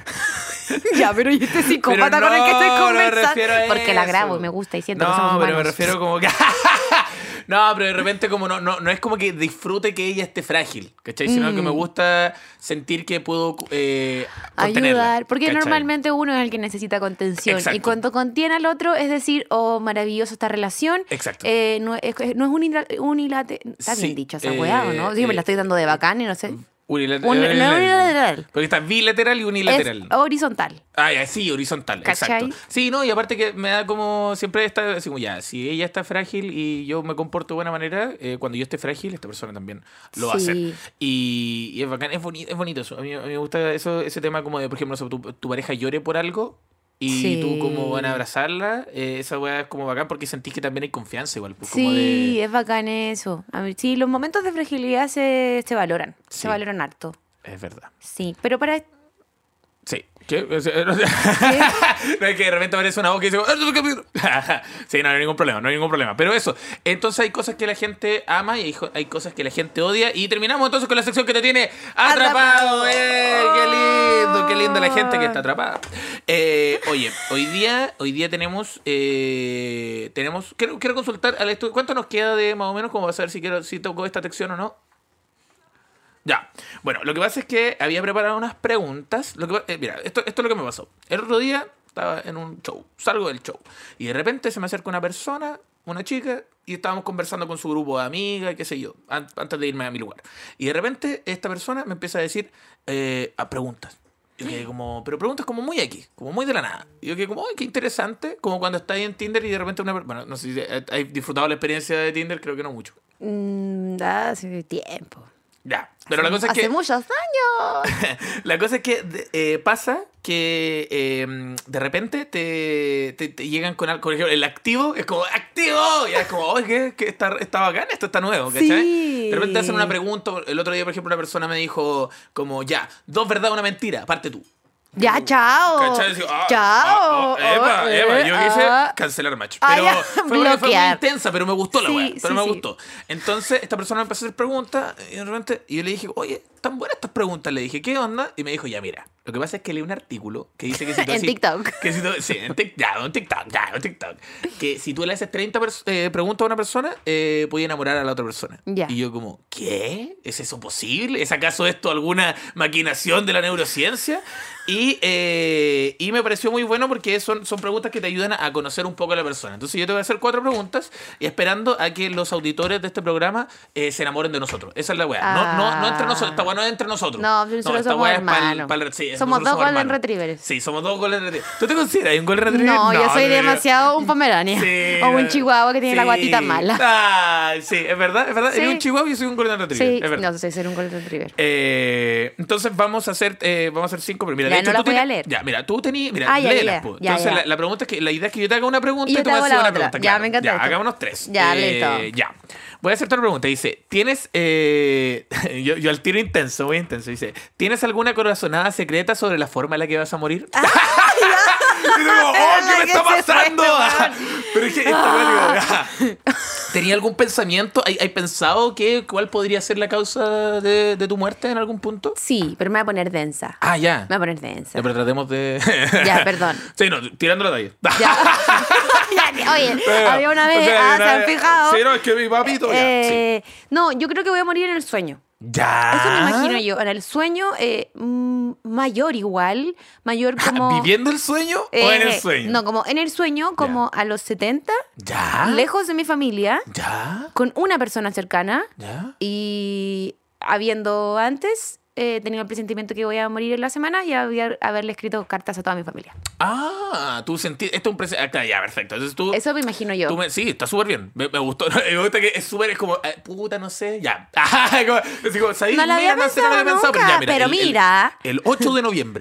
Ya, pero yo este psicópata con el que estoy conversando. No porque la grabo y me gusta y siento que somos humanos. No, pero me refiero como que... No, pero de repente como no es como que disfrute que ella esté frágil, ¿cachai? Sino que me gusta sentir que puedo ayudar, porque ¿cachai? Normalmente uno es el que necesita contención. Exacto. Y cuando contiene al otro, es decir, maravilloso esta relación. Exacto. No es unilateral. Está bien dicho esa weá, ¿o no? Sí, me la estoy dando de bacán y no sé. Unilateral. Porque está bilateral y unilateral. Es horizontal. Sí, horizontal. ¿Cachai? Exacto. Sí, no, y aparte que me da como siempre está así como ya, si ella está frágil y yo me comporto de buena manera, cuando yo esté frágil, esta persona también lo va a hacer. Y es bacán, es bonito eso. A mí me gusta ese tema como de, por ejemplo, tu pareja llore por algo. Y tú como van a abrazarla, esa weá es como bacán porque sentís que también hay confianza igual. Pues, como es bacán eso. Sí, los momentos de fragilidad se valoran, se valoran harto. Es verdad. Sí, pero para... Sí. ¿Qué? No es que de repente aparece una voz que dice... Sí, no hay ningún problema. Pero eso, entonces hay cosas que la gente ama y hay cosas que la gente odia. Y terminamos entonces con la sección que te tiene atrapado. Qué lindo la gente que está atrapada. Oye, hoy día tenemos... Quiero consultar al estudio. ¿Cuánto nos queda de más o menos? Como va a saber si toco esta sección o no. Ya, bueno, lo que pasa es que había preparado unas preguntas. Mira, esto es lo que me pasó. El otro día estaba en un show, salgo del show, y de repente se me acerca una persona, una chica, y estábamos conversando con su grupo de amigas, qué sé yo, antes de irme a mi lugar. Y de repente esta persona me empieza a decir a preguntas. Yo quedé como, pero preguntas como muy X, como muy de la nada. Y yo quedé como, ¡ay, qué interesante! Como cuando estás ahí en Tinder y de repente bueno, no sé si has disfrutado la experiencia de Tinder, creo que no mucho. Hace tiempo. Ya, pero la cosa es que... Hace muchos años. La cosa es que pasa que de repente te llegan con algo, por ejemplo, el activo, es como, ¡activo! Y es como, oye, que está bacán, esto está nuevo, ¿cachai? Sí. De repente te hacen una pregunta, el otro día, por ejemplo, una persona me dijo como, ya, 2 verdades, 1 mentira, parte tú. Ya, chao. ¿Cachai? Digo, chao. Eva, yo quise cancelar match. Pero fue muy intensa, pero me gustó la weá. Pero me gustó. Entonces, esta persona me empezó a hacer preguntas y de repente yo le dije, oye, tan buenas estas preguntas. Le dije, ¿qué onda? Y me dijo, ya, mira, lo que pasa es que leí un artículo que dice que si tú en TikTok. En TikTok. Que si tú le haces 30 preguntas a una persona, puede enamorar a la otra persona. Yeah. Y yo como, ¿qué? ¿Es eso posible? ¿Es acaso esto alguna maquinación de la neurociencia? Y me pareció muy bueno porque son preguntas que te ayudan a conocer un poco a la persona. Entonces yo te voy a hacer 4 preguntas y esperando a que los auditores de este programa se enamoren de nosotros. Esa es la weá. No entre nosotros. Esta weá no es entre nosotros. No, nosotros somos hermanos. Somos 2 Golden Retrievers. Sí, somos 2 Golden Retrievers. ¿Tú te consideras un Golden Retriever? No, yo soy demasiado un Pomerania. Sí, o un chihuahua que tiene la guatita mala. Sí, es verdad. Sí. Eres un chihuahua y yo soy un Golden Retriever. Sí, es verdad. No, soy ser un Golden Retriever. Entonces vamos a hacer 5. Pero mira, ya no las voy a leer. Ya, mira, tú tenías... Mira, léelas. Entonces la pregunta es que la idea es que yo te haga una pregunta y tú me haces una pregunta. Ya, me encanta. Ya, hagámonos 3. Ya, listo. Ya. Voy a hacerte una pregunta. Dice, ¿tienes... yo al tiro intenso, muy intenso. Dice, ¿tienes alguna corazonada secreta sobre la forma en la que vas a morir? Y digo, ¿qué me está pasando? Pero es que ¿tenía algún pensamiento? ¿Hay pensado cuál podría ser la causa de tu muerte en algún punto? Sí, pero me voy a poner densa. Ya. Me voy a poner densa. Ya, pero tratemos de... Ya, perdón. Sí, no, tirando la talla. Ya. Oye, había una vez, ¿se han fijado? Sí, no, es que mi papito... No, yo creo que voy a morir en el sueño. Ya. Eso me imagino yo. En el sueño, mayor igual. Mayor como... ¿Viviendo el sueño o en el sueño? No, como en el sueño, como a los 70. Ya. Lejos de mi familia. Ya. Con una persona cercana. Ya. Y habiendo antes... tenido el presentimiento que voy a morir en la semana y haberle escrito cartas a toda mi familia. Ah, tú sentís... Esto es un presente... ya, perfecto. Entonces tú... Eso me imagino yo. Sí, está súper bien. Me gustó. Me gusta que es súper... Es como... puta, no sé. Ya. No la había pensado nunca, pero mira. El 8 de noviembre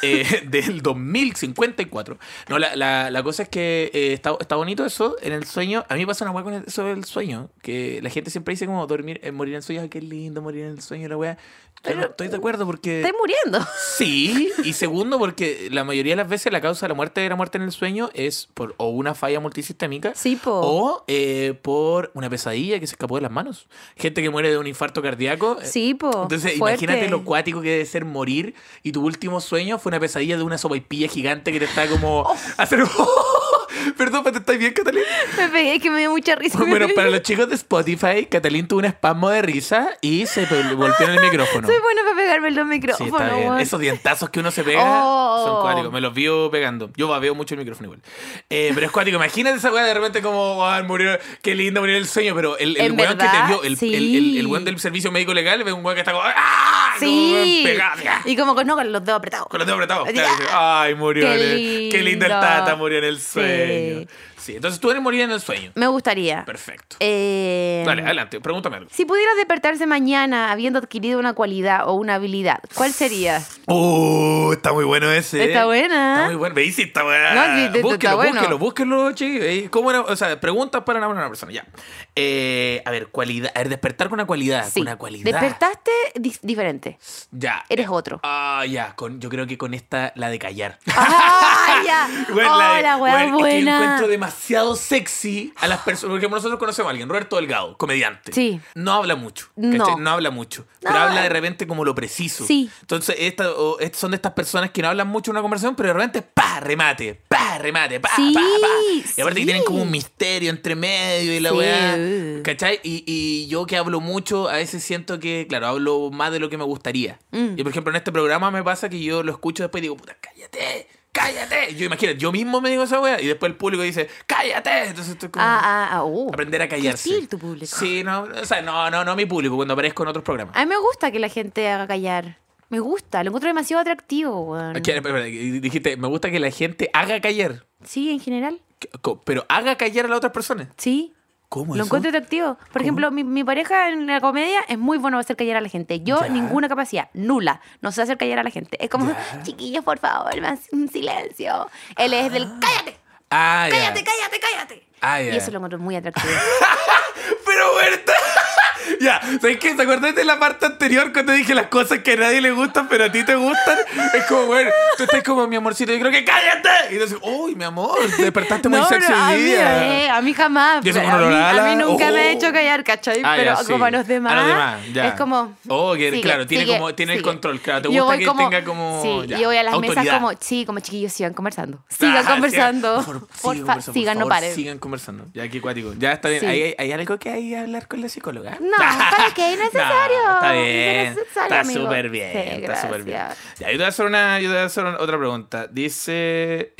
del 2054. No, la cosa es que está bonito eso en el sueño. A mí me pasa una hueá con eso del sueño. Que la gente siempre dice como morir en el sueño. Ay, qué lindo morir en el sueño, la weá. Yo no estoy de acuerdo porque... Estoy muriendo. Sí, y segundo porque la mayoría de las veces la causa de la muerte en el sueño es por o una falla multisistémica sí, o por una pesadilla que se escapó de las manos. Gente que muere de un infarto cardíaco. Sí, Entonces fuerte. Imagínate lo cuático que debe ser morir y tu último sueño fue una pesadilla de una sopaipilla gigante que te está como... hacer... Perdón, ¿te estás bien, Catalina? Me pegué, que me dio mucha risa. Bueno, para los chicos de Spotify, Catalina tuvo un espasmo de risa y se golpeó en el micrófono. Soy buena para pegarme en los micrófonos. Sí, está bien. Esos dientazos que uno se pega son cuáticos. Me los vio pegando. Yo babeo mucho el micrófono igual. Pero es cuático. Imagínate esa weá de repente como murió, qué lindo morir el sueño, pero el weón que te vio, el weón del servicio médico legal, ve un weón que está como ¡ah! Sí. Como pegado. Y como con los dedos apretados. Con los dedos apretados. Claro, dice, ay, murió. Qué lindo el Tata, murió en el sueño. Sí, entonces tú eres morir en el sueño. Me gustaría. Perfecto. Dale, adelante, pregúntame algo. Si pudieras despertarse mañana habiendo adquirido una cualidad o una habilidad, ¿cuál sería? Está muy bueno ese. Está buena. Está muy bueno. ¿Veis? Sí, está buena. No, sí, Búsquelo, chiquillos. ¿Cómo era? O sea, preguntas para enamorar a una persona, ya. A ver, cualidad. A ver, despertar con una cualidad. Sí. Con una cualidad. Despertaste diferente. Ya. Eres otro. Ya. Yo creo que con esta, la de callar. Ya. Bueno, la weá buena. Es que encuentro demasiado sexy a las personas. Porque nosotros conocemos a alguien, Roberto Delgado, comediante. Sí. No habla mucho. No. No habla mucho. Pero habla de repente como lo preciso. Sí. Entonces, son de estas personas que no hablan mucho en una conversación, pero de repente, remate, sí, Y aparte que tienen como un misterio entre medio y la weá. ¿Cachai? Y yo que hablo mucho, a veces siento que, claro, hablo más de lo que me gustaría. Y por ejemplo, en este programa me pasa que yo lo escucho después y digo, puta, cállate. Yo imagino, yo mismo me digo esa wea y después el público dice, cállate. Entonces estoy como aprender a callarse. ¿Qué tu público? Sí, no mi público, cuando aparezco en otros programas. A mí me gusta que la gente haga callar. Me gusta, lo encuentro demasiado atractivo, weón. Dijiste, me gusta que la gente haga callar. Sí, en general. Pero haga callar a las otras personas. Sí. ¿Cómo lo encuentro atractivo. Por ejemplo, mi pareja en la comedia es muy bueno para hacer callar a la gente. Yo, ninguna capacidad, nula. No sé hacer callar a la gente. Es como, chiquillos, por favor, más un silencio. Él es del cállate. Cállate. Y eso lo encuentro muy atractivo. Pero, Berta. Ya, ¿sabes qué? ¿Te acuerdas de la parte anterior cuando dije las cosas que a nadie le gustan, pero a ti te gustan? Es como, bueno, tú estás como mi amorcito, yo creo que cállate. Y entonces, uy, mi amor, te despertaste muy sexy hoy día. A mí jamás. A mí nunca me ha hecho callar, ¿cachai? Pero como a los demás, es como... claro, tiene el control, claro. Te gusta que tenga como... Sí, yo voy a las mesas como chiquillos, sigan conversando. Sigan conversando. Sigan, no paren. Sigan conversando. Ya, qué cuático. Ya está bien. ¿Hay algo que hay que hablar con la psicóloga? No, ¿para qué? Innecesario. No, está bien. Está súper bien. Sí, está súper bien. gracias. Ya, yo te voy a hacer otra pregunta. Dice...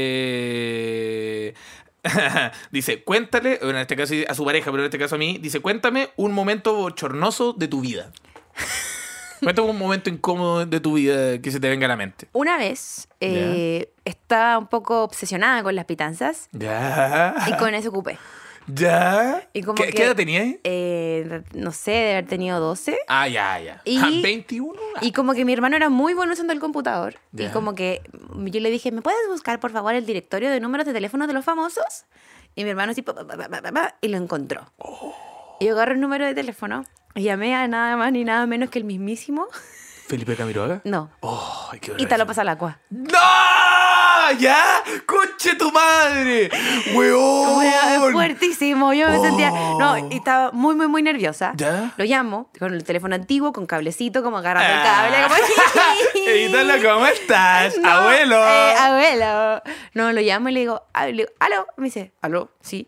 dice, cuéntale, en este caso a su pareja, pero en este caso a mí, dice, cuéntame un momento bochornoso de tu vida. Cuéntame un momento incómodo de tu vida que se te venga a la mente. Una vez estaba un poco obsesionada con las pitanzas. Ya. Y con eso ocupé. ¿Ya? Y como ¿Qué edad tenías? No sé, de haber tenido 12. Ya. Y, 21. Y como que mi hermano era muy bueno usando el computador. Ya. Y como que yo le dije, ¿me puedes buscar, por favor, el directorio de números de teléfono de los famosos? Y mi hermano así, y lo encontró. Y yo agarré el número de teléfono y llamé a nada más ni nada menos que el mismísimo... ¿Felipe Camiroaga? No. Qué y te lo pasa al agua. ¡No! ¿Ya? ¡Conche tu madre! ¡Weón! Es fuertísimo. Yo me sentía... No, y estaba muy, muy, muy nerviosa. ¿Ya? Lo llamo con el teléfono antiguo, con cablecito, como agarrando el cable. Como... Edítalo, ¿cómo estás? No, abuelo. Abuelo. No, lo llamo y le digo, aló. Me dice, aló, sí.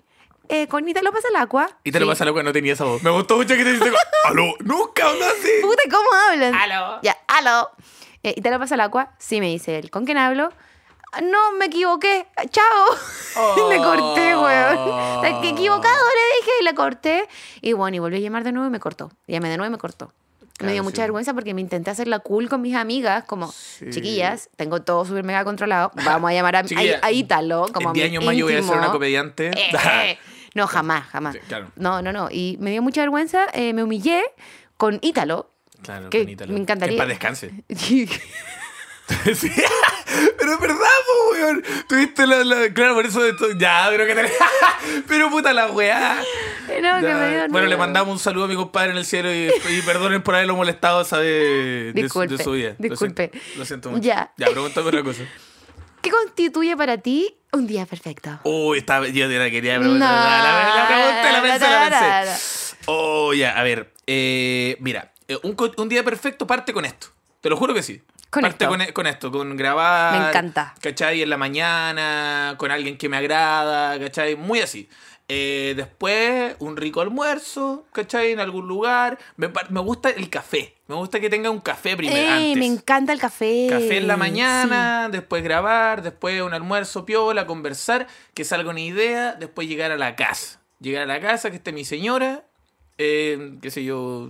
con Ítalo Pasalacqua. Ítalo Pasalacqua no tenía esa voz. Me gustó mucho que te dice, aló, nunca hablas así. Puta, ¿cómo hablan? Aló. Ya, aló. Ítalo Pasalacqua, sí me dice él. ¿Con quién hablo? No, me equivoqué. Chao. Le corté, weón. Qué equivocado le dije y le corté. Y bueno, y volví a llamar de nuevo y me cortó. Llamé de nuevo y me cortó. Claro, me dio mucha vergüenza porque me intenté hacer la cool con mis amigas, como, chiquillas, tengo todo súper mega controlado, vamos a llamar a Ítalo, como en 10 años más yo voy a ser una comediante. No, jamás. Sí, claro. No. Y me dio mucha vergüenza, me humillé con Ítalo. Claro, que con Ítalo. Me encantaría. Que en paz descanse. Sí, pero es verdad, po, weón. Tuviste claro, por eso ya, pero que te... Pero puta la weá. No, que me dio, bueno, le mandamos un saludo a mi compadre en el cielo y perdonen por haberlo molestado esa de su vida. Disculpe. Lo siento mucho. Ya, pregúntame otra cosa. ¿Qué constituye para ti un día perfecto? Uy, yo te la quería preguntar. La pensé. Oh, ya, a ver. Mira, un día perfecto parte con esto. Te lo juro que sí. Con esto, con grabar. Me encanta. ¿Cachai? En la mañana, con alguien que me agrada, ¿cachai? Muy así. Después, un rico almuerzo, ¿cachai? En algún lugar. Me gusta el café. Me gusta que tenga un café primero. Antes. Me encanta el café. Café en la mañana, sí. Después grabar, después un almuerzo piola, conversar, que salga una idea, después llegar a la casa. Llegar a la casa, que esté mi señora, qué sé yo...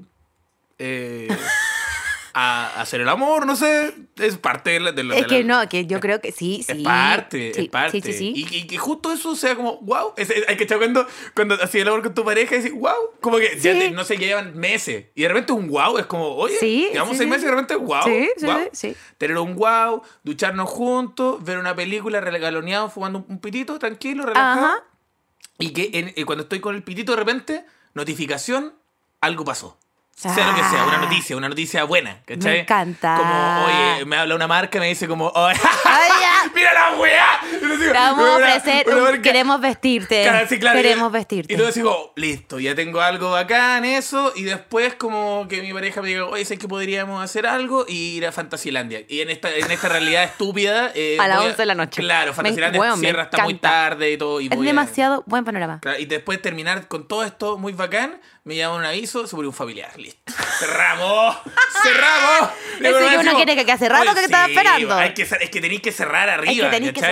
a hacer el amor, no sé, es parte de la... Es que no, que yo creo que sí. Es parte. Sí. Y que justo eso sea como, wow, hay que echar cuando hacías el amor con tu pareja y decir, wow, como que ya no sé, ya llevan meses. Y de repente un wow es como, oye, llevamos 6 meses y de repente wow. Sí. Tener un wow, ducharnos juntos, ver una película regaloneado, fumando un pitito, tranquilo, relajado. Ajá. Y que cuando estoy con el pitito de repente, notificación, algo pasó. Sea lo que sea, una noticia buena, ¿cachai? Me encanta. Como, oye, me habla una marca y me dice como, oye, ¡mira la weá! Te vamos a ofrecer, queremos vestirte. Claro, queremos vestirte. Y tú decís, listo, ya tengo algo bacán, eso, y después como que mi pareja me diga, oye, sé que podríamos hacer algo y ir a Fantasilandia. Y en esta realidad estúpida... a las 11 de la noche. Claro, Fantasilandia cierra hasta muy tarde y todo. Y es demasiado buen panorama. Claro, y después terminar con todo esto muy bacán, me llaman un aviso sobre un familiar. Listo. ¡Cerramos! Eso que uno quiere que hace rato que estaba esperando. Es que tenéis que cerrar arriba.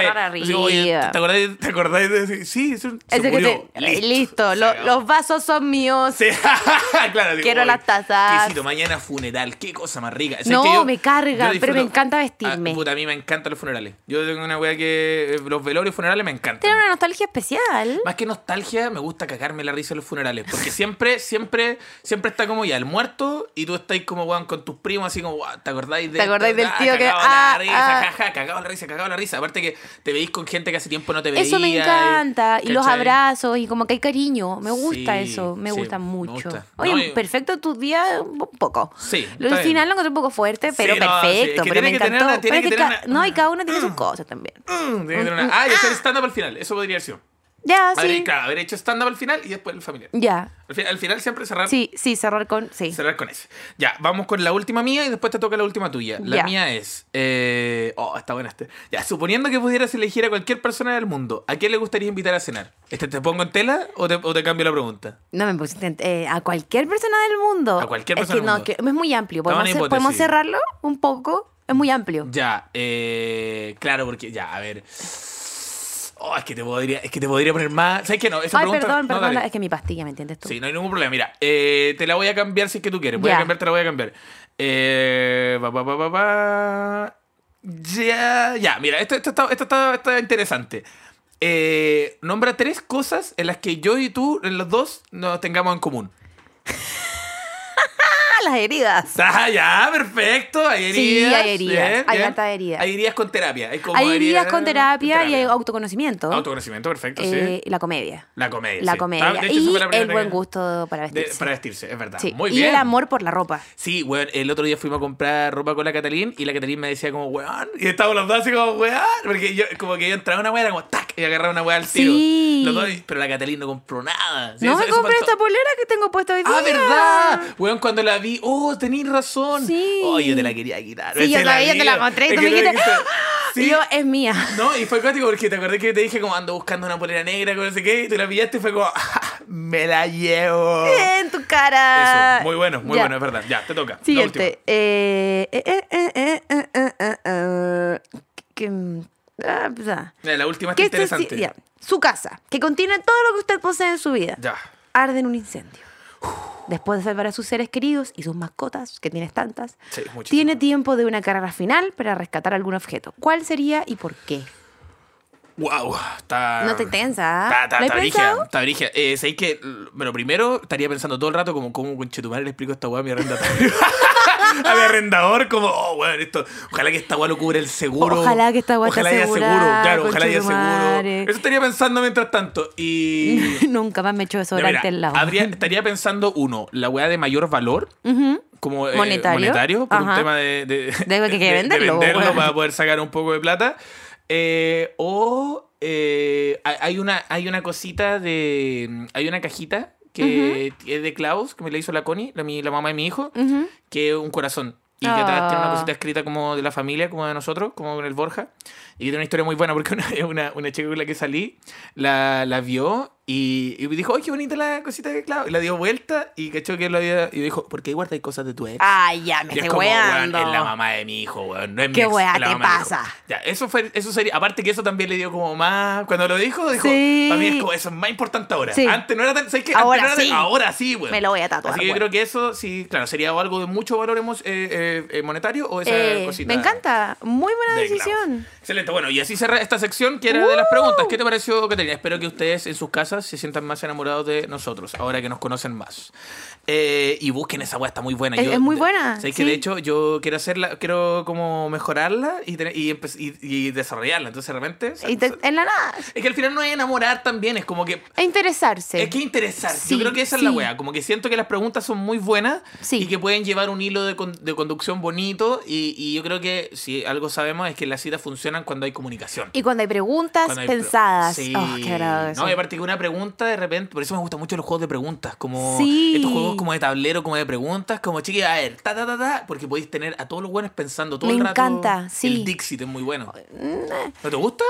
¿Te acordáis de decir? Sí, se murió. Listo. Los vasos son míos. Sí. Claro. Quiero las tazas. Quesito, mañana funeral. Qué cosa más rica. No, me carga, pero me encanta vestirme. Puta, a mí me encantan los funerales. Yo tengo una wea que los velorios y funerales me encantan. Tiene una nostalgia especial. Más que nostalgia, me gusta cagarme la risa en los funerales. Porque siempre está como ya el muerto y tú estás como, weón, con tus primos así como, ¿te acordáis del tío que... cagado la risa. Aparte que te veís con gente que hace tiempo no te veías. Eso me encanta. Y los abrazos y como que hay cariño. Me gusta eso. Me gusta mucho. Oye, perfecto tus días, un poco. Sí. Al final lo encontré un poco fuerte, pero perfecto. Pero me encantó. No, y cada uno tiene sus cosas también. Y hacer stand-up al final. Eso podría ser. Ya, sí. Haber hecho stand-up al final y después el familiar. Ya. Al final siempre cerrar. Sí, cerrar con... Sí. Cerrar con ese. Ya, vamos con la última mía y después te toca la última tuya. La mía es... está buena este. Ya, suponiendo que pudieras elegir a cualquier persona del mundo, ¿a quién le gustaría invitar a cenar? ¿Te pongo en tela o te cambio la pregunta? No me pusiste... a cualquier persona del mundo. A cualquier persona del mundo. Es muy amplio. ¿Podemos cerrarlo un poco? Es muy amplio. Ya, claro, porque... Ya, a ver... es que te podría poner más... ¿Sabes qué? No, esa pregunta... Perdón, es que mi pastilla, ¿me entiendes tú? Sí, no hay ningún problema. Mira, te la voy a cambiar si es que tú quieres. Te la voy a cambiar. Ya, mira, esto está interesante. Nombra 3 cosas en las que yo y tú, los dos, nos tengamos en común. Las heridas. Ya, perfecto. Hay heridas. Sí, hay heridas. Bien, hay harta heridas. Hay heridas con terapia. Hay heridas con terapia y hay autoconocimiento. Autoconocimiento, perfecto, sí. La comedia. La comedia. De hecho, y el buen gusto para vestirse. Para vestirse, es verdad. Sí. Muy bien. Y el amor por la ropa. Sí, weón. El otro día fuimos a comprar ropa con la Catalín y la Catalín me decía como, weón. Y estábamos los dos así como, weón. Porque yo entraba una weá, era como, tac, y agarraba una weá al tiro. Sí. Los dos, pero la Catalín no compró nada. Sí, no me compré esta polera que tengo puesta hoy día. ¿Verdad? Weón, cuando la vi, tenías razón. Sí. Yo te la quería quitar. Sí, yo te la mostré y tú me dijiste, ¿Sí? Y yo, es mía. No, y fue cuático porque te acordé que te dije como ando buscando una polera negra, con no sé qué, y tú la pillaste y fue como, me la llevo. En tu cara. Eso, muy bueno, es verdad. Ya, te toca. Siguiente. La última está interesante. Su casa, que contiene todo lo que usted posee en su vida, arde en un incendio. Después de salvar a sus seres queridos y sus mascotas, que tienes tantas, tiene tiempo de una carrera final para rescatar algún objeto. ¿Cuál sería y por qué? Wow, está... No te tensa. Está brígida. Sabéis que, bueno, primero estaría pensando todo el rato como con Chetumare le explico esta weá a mi arrendatario. A mi arrendador, como, bueno, esto, ojalá que esta weá lo cubre el seguro. Ojalá que esta weá esté seguro. Claro, ojalá haya seguro. Eso estaría pensando mientras tanto. Y nunca más me echo desodorante en la estaría pensando, la weá de mayor valor. Como monetario por un tema de que venderlo para poder sacar un poco de plata. Hay una cosita hay una cajita que es de clavos que me la hizo la Connie, la mamá de mi hijo, que es un corazón y que atrás tiene una cosita escrita como de la familia, como de nosotros, como con el Borja, y tiene una historia muy buena porque una chica con la que salí la vio y dijo, ¡ay, qué bonita la cosita de clavo! Y la dio vuelta y cachó que lo había... Y dijo, ¿por qué guardas cosas de tu ex? ¡Ay, ya, me estoy weando! Es la mamá de mi hijo, weón. No es mi ¿Qué ex, weá te pasa? Ya, eso sería... Aparte que eso también le dio como más... Cuando lo dijo, para mí es como, eso es más importante ahora. Sí. Antes no era tan... ¿Sabes qué? Ahora sí, weón. Me lo voy a tatuar. Así que yo creo que eso, sí, claro, sería algo de mucho valor monetario o esa cosita... Me encanta. Muy buena decisión. Claro. Excelente. Bueno, y así cerra esta sección que era de las preguntas. ¿Qué te pareció, Caterina? Espero que ustedes en sus casas se sientan más enamorados de nosotros, ahora que nos conocen más. Y busquen esa weá, está muy buena. Es muy buena. ¿Sabes que de hecho yo quiero como mejorarla y desarrollarla? Entonces de repente... en la nada. Es que al final no es enamorar también, es como que... Interesarse. Es que interesarse. Yo creo que esa es la weá. Como que siento que las preguntas son muy buenas y que pueden llevar un hilo de conducción bonito y yo creo que si algo sabemos es que las citas funcionan cuando hay comunicación. Y cuando hay preguntas pensadas. Sí. Oh, qué agrado eso. No, y aparte que una pregunta de repente... Por eso me gustan mucho los juegos de preguntas. Como estos juegos como de tablero, como de preguntas. Como, chiquilla, a ver, porque podéis tener a todos los buenos pensando todo el rato. Me encanta, sí. El Dixit es muy bueno. ¿No te gusta?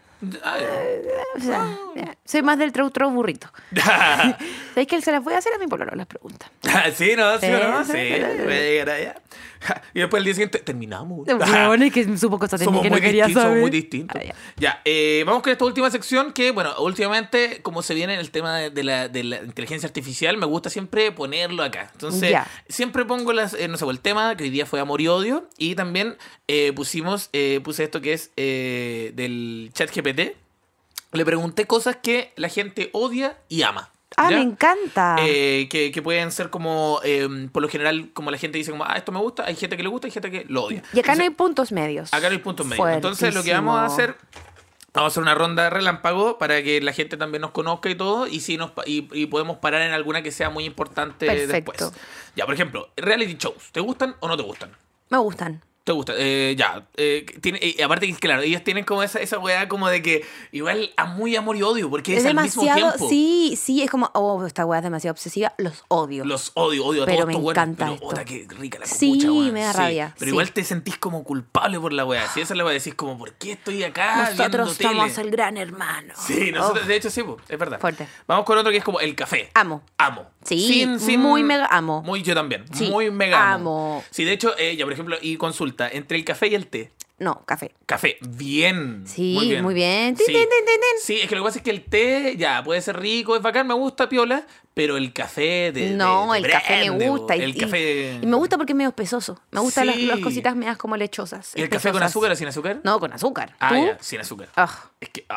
Soy más del trau burrito. ¿Sabéis que él se las voy a hacer a mi pololo las preguntas? Sí, ¿no? Sí, ¿no? Sí, voy a llegar allá. Y después el día siguiente terminamos. Bueno, es que supo cosas de mí que no quería saber. Somos muy distintos. Ya, vamos con esta última sección que, bueno, últimamente, como se viene en el tema de la inteligencia artificial, me gusta siempre ponerlo acá. Entonces, siempre pongo el tema, que hoy día fue amor y odio, y también puse esto que es del ChatGPT. Le pregunté cosas que la gente odia y ama. ¿Ya? Me encanta. Que pueden ser como, por lo general, como la gente dice, como, esto me gusta, hay gente que le gusta, hay gente que lo odia. Y acá no hay puntos medios. Acá no hay puntos medios. Entonces, lo que vamos a hacer una ronda de relámpago para que la gente también nos conozca y todo, y podemos parar en alguna que sea muy importante después. Ya, por ejemplo, reality shows, ¿te gustan o no te gustan? Me gustan. ¿Te gusta? Aparte que, claro, ellos tienen como esa weá como de que igual muy amor y odio, porque es al mismo tiempo. Sí, es como, esta weá es demasiado obsesiva, los odio. Los odio pero me encanta pero esto. Qué rica la kombucha, sí, me da rabia. Pero igual te sentís como culpable por la weá. Si esa es la weá, decís como, ¿por qué estoy acá nosotros somos el gran hermano. Sí, nosotros, de hecho sí, es verdad. Fuerte. Vamos con otro que es como el café. Amo. Sí, muy mega amo. Yo también, muy mega amo. Sí, de hecho, por ejemplo, y consulta, entre el café y el té. No, café. Café, bien. Sí, muy bien. Sí, es que lo que pasa es que el té puede ser rico, es bacán, me gusta, piola, pero el café el café me gusta. Y me gusta porque es medio espesoso. Me gustan las cositas medias como lechosas. ¿Y el café con azúcar o sin azúcar? No, con azúcar. Sin azúcar. Es que...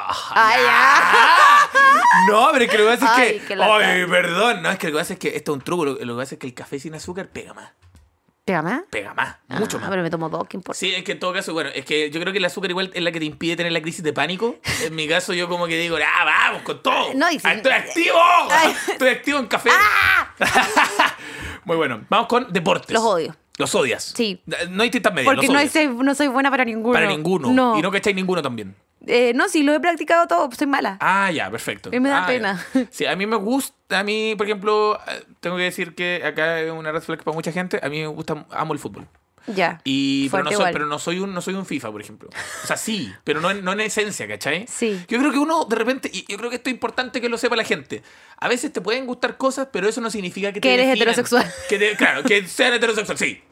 No, pero es que lo que pasa es que... perdón. No, es que lo que pasa es que esto es un truco. Lo que pasa es que el café sin azúcar pega más. ¿Pega más? Pega más, mucho más. Pero me tomo dos, ¿qué importa? Sí, es que en todo caso, bueno, es que yo creo que el azúcar igual es la que te impide tener la crisis de pánico. En mi caso, yo como que digo, vamos con todo. No, ¡Estoy activo! Estoy activo en café. Muy bueno. Vamos con deportes. Los odio. ¿Los odias? Sí. No hay tintas medias. Porque no soy buena para ninguno. Para ninguno. No. Y no cacháis ninguno también. No, sí, lo he practicado todo, soy mala. Ya, perfecto. Me da pena. Ya. Sí, a mí me gusta, por ejemplo, tengo que decir que acá es una red flag para mucha gente, a mí me gusta, amo el fútbol. Ya. Pero no soy un FIFA, por ejemplo. O sea, sí, pero no en esencia, ¿cachai? Sí. Yo creo que uno, de repente, y yo creo que esto es importante que lo sepa la gente. A veces te pueden gustar cosas, pero eso no significa que eres heterosexual. Claro, que sean heterosexual, sí.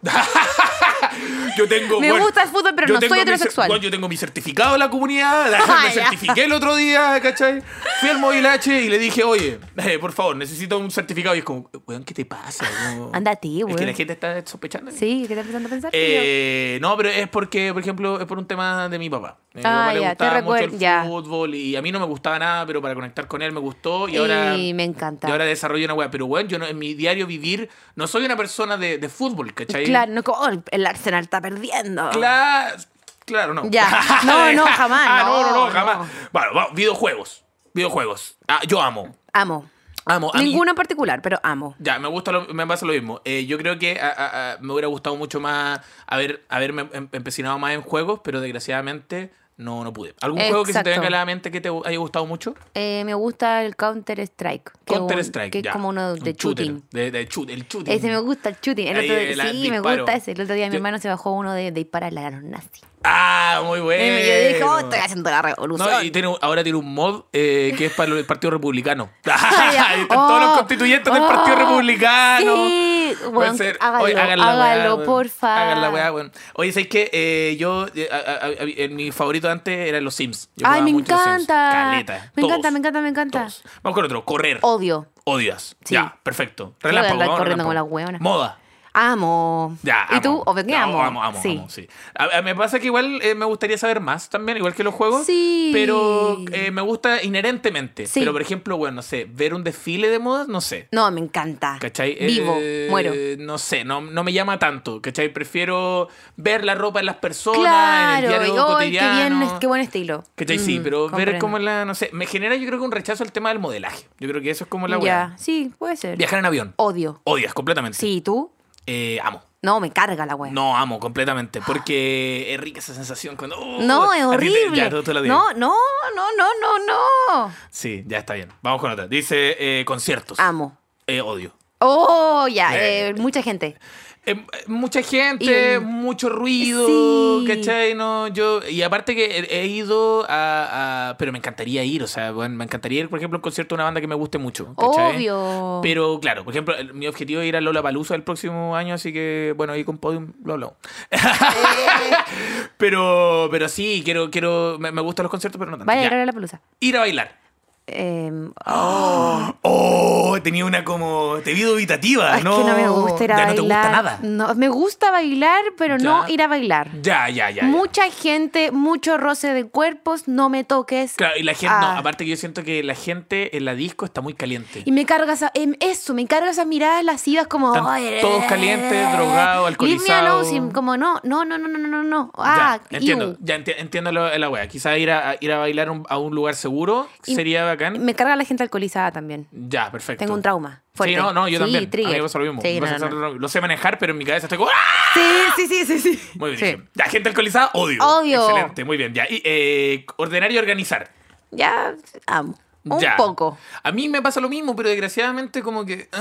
Me gusta el fútbol, pero no soy heterosexual. Yo tengo mi certificado de la comunidad, me certifiqué el otro día, ¿cachai? Fui al Móvil H y le dije, oye, por favor, necesito un certificado. Y es como, weón, ¿qué te pasa? Ándate, weón. Es que la gente está sospechando. Sí, ¿qué estás empezando a pensar? No, pero es porque, por ejemplo, es por un tema de mi papá. Mi papá le gustaba mucho el fútbol y a mí no me gustaba nada, pero para conectar con él me gustó y ahora me encanta. Y ahora desarrollé una weá. Pero bueno, yo en mi diario vivir no soy una persona de fútbol, ¿cachai? Claro, no como el Arsenal está perdiendo. Claro, no. Ya. No, jamás. No, jamás. Bueno, videojuegos. Yo amo. Ninguno en particular, pero amo. Ya, me pasa lo mismo. Yo creo que me hubiera gustado mucho más haberme empecinado más en juegos, pero desgraciadamente no pude. ¿Algún juego que se te venga a la mente que te haya gustado mucho? Me gusta el Counter-Strike. Que es como uno de shooting. El shooting. Ese me gusta, el shooting. Me gusta ese. El otro día mi hermano se bajó uno de disparar a los nazis. Muy bueno. Y yo dije, estoy haciendo la revolución. No, y ahora tiene un mod que es para el Partido Republicano. Están todos los constituyentes del Partido Republicano. Sí, bueno, hágalo, porfa. Hagan la weá, bueno. Oye, ¿sabes qué? Yo, mi favorito antes eran los Sims. Ay, me encanta. Caleta. Me encanta. Todos. Vamos con otro, correr. Odias. Sí. Ya, perfecto. Relámpago. Corriendo como las hueonas. Moda. Amo. Ya, ¿Y tú? Obvio que amo. Amo, sí. Me pasa que igual me gustaría saber más también, igual que los juegos. Sí. Pero me gusta inherentemente. Sí. Pero, por ejemplo, bueno, no sé, ver un desfile de modas, no sé. No, me encanta. ¿Cachai? Vivo, muero. No sé, no me llama tanto, ¿cachai? Prefiero ver la ropa en las personas, claro, en el diario cotidiano. Qué buen estilo. ¿Cachai? Sí, pero ver cómo no sé, me genera yo creo que un rechazo al tema del modelaje. Yo creo que eso es como la weá. Sí, puede ser. Viajar en avión. Odias completamente. Sí, ¿tú? Amo. No, me carga la weá. No, amo completamente. Porque es rica esa sensación cuando... no, es horrible. No. Sí, ya está bien. Vamos con otra. Dice conciertos. Amo. Odio. Mucha gente. Mucha gente, mucho ruido, ¿cachai? No, y aparte que he ido pero me encantaría ir, o sea, bueno, me encantaría ir, por ejemplo, a un concierto de una banda que me guste mucho, ¿cachai? Obvio. Pero claro, por ejemplo, mi objetivo es ir a Lollapalooza el próximo año, así que, bueno, ahí con Podium lo hablamos. Pero sí, me gustan los conciertos, pero no tanto. Vaya a ir a Lollapalooza. Ir a bailar. Tenía una como te vi dubitativa, es que no me gusta ir a bailar. No te gusta nada. No, me gusta bailar, pero no ir a bailar. Ya. Mucha gente, mucho roce de cuerpos, no me toques. Claro, y la gente, no, aparte que yo siento que la gente en la disco está muy caliente. Y me carga me carga esas miradas lascivas como... Están todos calientes, drogados, alcoholizados. Como no. Entiendo la wea. Quizás ir a bailar a un lugar seguro sería bacán. Me carga la gente alcoholizada también. Ya, perfecto. Tengo un trauma fuerte. Sí, no, yo también. Trigger. A mí me pasa lo mismo. Sí, Lo sé manejar, pero en mi cabeza estoy como... Sí. Muy bien. Sí. Ya, gente alcoholizada, odio. Excelente, muy bien. Ya, y ordenar y organizar. Ya, amo. Un poco. A mí me pasa lo mismo, pero desgraciadamente como que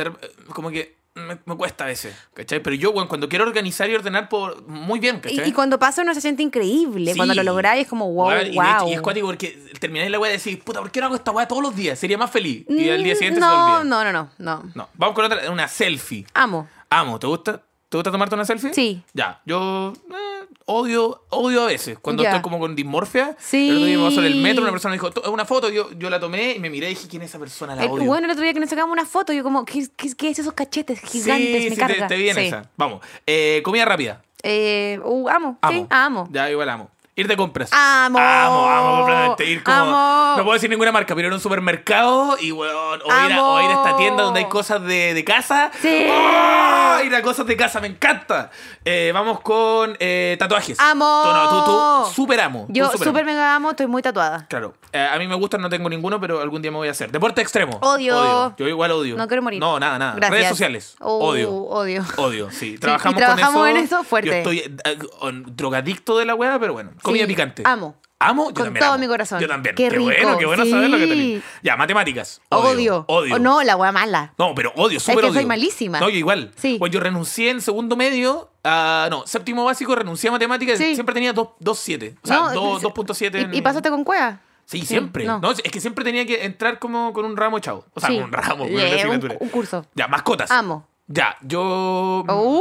me cuesta a veces, ¿cachai? Pero yo, cuando quiero organizar y ordenar, muy bien, ¿cachai? Y cuando pasa uno se siente increíble. Sí. Cuando lo lográis es como wow. Y es cuático porque termináis la weá de decir, puta, ¿por qué no hago esta weá todos los días? Sería más feliz. Y al día siguiente se olvida. No. Vamos con otra, una selfie. Amo. ¿Te gusta? ¿Te gusta tomarte una selfie? Sí. Ya, yo odio a veces. Cuando estoy como con dismorfia. Sí. El otro día me pasó en el metro, una persona me dijo, una foto, yo la tomé y me miré y dije, ¿quién es esa persona? La odio. Bueno, el otro día que nos sacamos una foto, yo como, ¿qué es esos cachetes gigantes? Me carga. Te viene esa. Vamos. Comida rápida. Amo. Sí, amo. Ya, igual amo. Ir de compras. Amo completamente. Ir como... No puedo decir ninguna marca, pero ir a un supermercado y, weón, o ir a esta tienda donde hay cosas de casa. Sí. ¡Oh! Ir a cosas de casa, me encanta. Vamos con tatuajes. Amo. Tú súper amo. Yo súper mega amo, estoy muy tatuada. Claro. A mí me gustan, no tengo ninguno, pero algún día me voy a hacer. Deporte extremo. Odio. Yo igual odio. No quiero morir. No, nada. Gracias. Redes sociales. Odio, sí. Trabajamos en eso fuerte. Yo estoy drogadicto de la weá, pero bueno. Comida picante. Amo. Amo, yo con también todo amo. mi corazón. Yo también. Qué rico. Qué bueno sí. saberlo, Catalina. Ya, matemáticas. Odio. Odio. No, la wea mala. No, pero odio, súper Es que odio. soy malísima. No, yo igual. Sí. Pues yo renuncié en segundo medio, séptimo básico, renuncié a matemáticas y siempre tenía 2.7. O sea, 2.7. ¿Y pasaste con cueva? Sí, siempre. No, es que siempre tenía que entrar como con un ramo echado. O sea, con un ramo, con una asignatura. Un curso. Ya, mascotas. Amo. Ya, yo...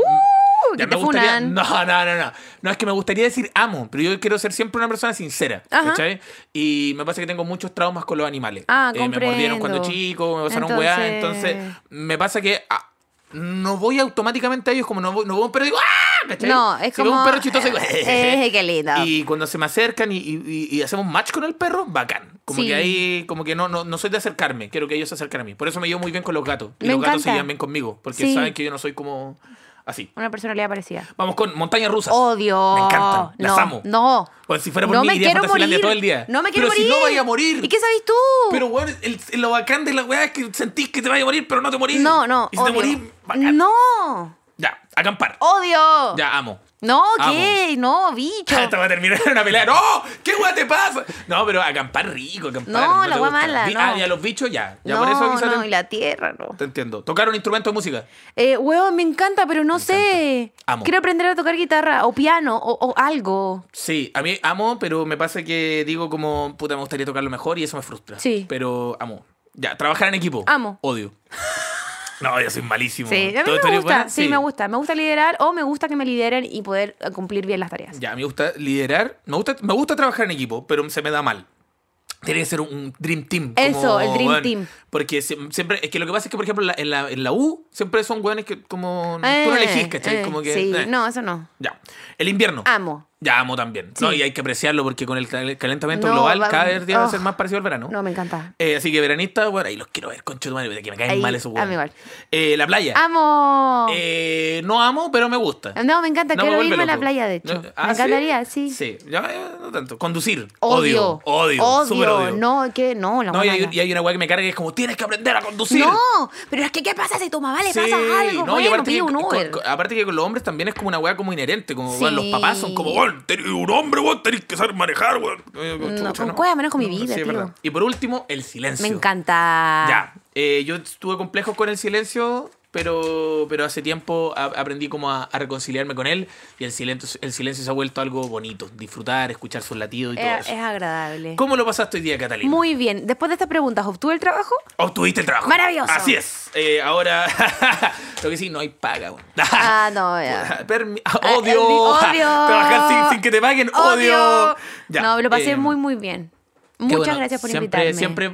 Ya me gustaría... No, es que me gustaría decir amo, pero yo quiero ser siempre una persona sincera, ¿cachai? Y me pasa que tengo muchos traumas con los animales. comprendo. Me mordieron cuando chico, me pasaron weá, entonces me pasa que no voy automáticamente a ellos como no veo un perro y digo ¡ah! ¿Cachai? No, es si como... veo un perro chistoso digo qué lindo. Y cuando se me acercan y hacemos match con el perro, bacán. Como que ahí, como que no soy de acercarme, quiero que ellos se acerquen a mí. Por eso me llevo muy bien con los gatos. Y los gatos se llevan bien conmigo, porque saben que yo no soy como... Así. Una personalidad parecida. Vamos con montañas rusas. Odio. Me encantan. Las amo. No. Pues si fuera por mí, iría a Fantasylandia todo el día. No me quiero morir. Pero si no vaya a morir. ¿Y qué sabes tú? Pero, bueno, lo bacán de la weá es que sentís que te vaya a morir, pero no te morís. No. Y si te morís, bacán. No. Ya, acampar. Odio. Ya, amo. No, ¿qué? No, bicho. Esto va a terminar en una pelea. ¡No! ¿Qué weá te pasa? No, pero acampar rico, acampar. No, la weá mala. Y a los bichos ya. Ya no, por eso quizás. No, y la tierra, no. Te entiendo. ¿Tocar un instrumento de música? Weón, me encanta, pero no sé. Amo. Quiero aprender a tocar guitarra o piano o algo. Sí, a mí amo, pero me pasa que digo como, puta, me gustaría tocarlo mejor y eso me frustra. Sí. Pero amo. Ya, trabajar en equipo. Amo. Odio. No, yo soy malísimo. Sí, a mí me gusta. Sí, me gusta. Me gusta liderar o me gusta que me lideren y poder cumplir bien las tareas. Ya, me gusta liderar. Me gusta trabajar en equipo, pero se me da mal. Tiene que ser un dream team. Eso, el dream team. Porque siempre... Es que lo que pasa es que, por ejemplo, en la U siempre son hueones que como... tú no elegís, ¿cachai? Como que, sí, no, eso no. Ya. El invierno. Amo. Ya, amo también. Sí. No, y hay que apreciarlo porque con el calentamiento global cada día va a ser más parecido al verano. No, me encanta. Así que veranista, bueno, ahí los quiero ver, concho de madre, de que me caen mal esos huevos. A mí igual. La playa. ¡Amo! No amo, pero me gusta. No, me encanta. No, quiero me vuelve irme a la loco. playa, de hecho. ¿Sí? Me encantaría, sí. Sí, ya no tanto. Conducir. Odio. Súper odio. No, que no, la No, y buena. hay una weá que me carga que es como, tienes que aprender a conducir. No, pero es que ¿qué pasa si tu mamá le pasa algo? No, y Bueno, aparte pide un Uber. aparte que con los hombres también es como una weá como inherente. Como, Sí. weón, los papás son como, weón, un hombre, weón, tenés que saber manejar, weón. No, con cueva manejo mi vida, sí, tío. verdad. Y por último, el silencio. Me encanta. Ya, yo tuve complejos con el silencio, pero hace tiempo aprendí como a reconciliarme con él y el silencio se ha vuelto algo bonito. Disfrutar, escuchar sus latidos y todo eso. Es agradable. ¿Cómo lo pasaste hoy día, Catalina? Muy bien. Después de estas preguntas, ¿obtuve el trabajo? Obtuviste el trabajo. Maravilloso. Así es. Ahora, lo que sí, no hay paga. Güey. No, ya. Odio. Odio. Trabajar sin que te paguen. Odio. Ya, no, lo pasé muy, muy bien. Muchas gracias por invitarme. Siempre.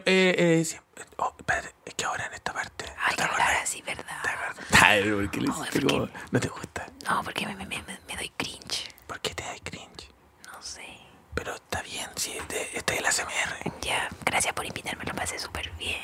Espérate, es que ahora en esta parte. Hay que hablar así, ¿verdad? Ay, ¿por qué le hiciste como- no te gusta? No, porque me doy cringe. ¿Por qué te da cringe? No sé. Pero está bien, sí, este es el ASMR. Ya, gracias por invitarme, lo pasé súper bien.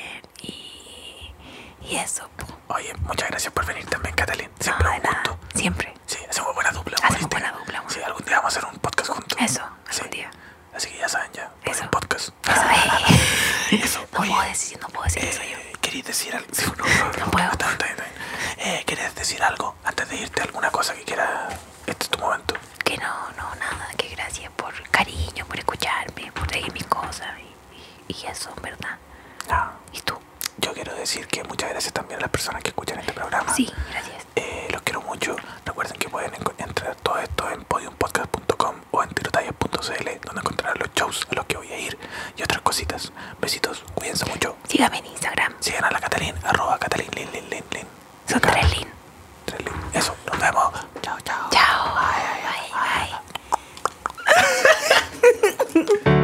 Y eso. Oye, muchas gracias por venir también, Catalina. Siempre un gusto. Siempre. Sí, hacemos buena dupla. Hacemos buena dupla. Sí, algún día vamos a hacer un podcast juntos. Eso, Sí. algún día. Así que ya saben, ya. Eso. Un podcast. Eso. No Oye, puedo decir eso yo. ¿querías decir algo? Sí, No puedo. Está bien. ¿Quieres decir algo antes de irte? ¿Alguna cosa que quieras? Este es tu momento. Que no, nada. Que gracias por el cariño, por escucharme, por traer mis cosas. Y eso, en verdad. No. ¿Y tú? Yo quiero decir que muchas gracias también a las personas que escuchan este programa. Sí, gracias. Los quiero mucho. Recuerden que pueden encontrar todo esto en podiumpodcast.com o en tirotallas.cl, donde encontrarán los shows a los que voy a ir y otras cositas. Besitos, cuídense mucho. Sígame en Instagram. Sigan a la Catalina, @catalinlin. Son 3 Lin. Eso, nos vemos. Chao. Chao. Bye.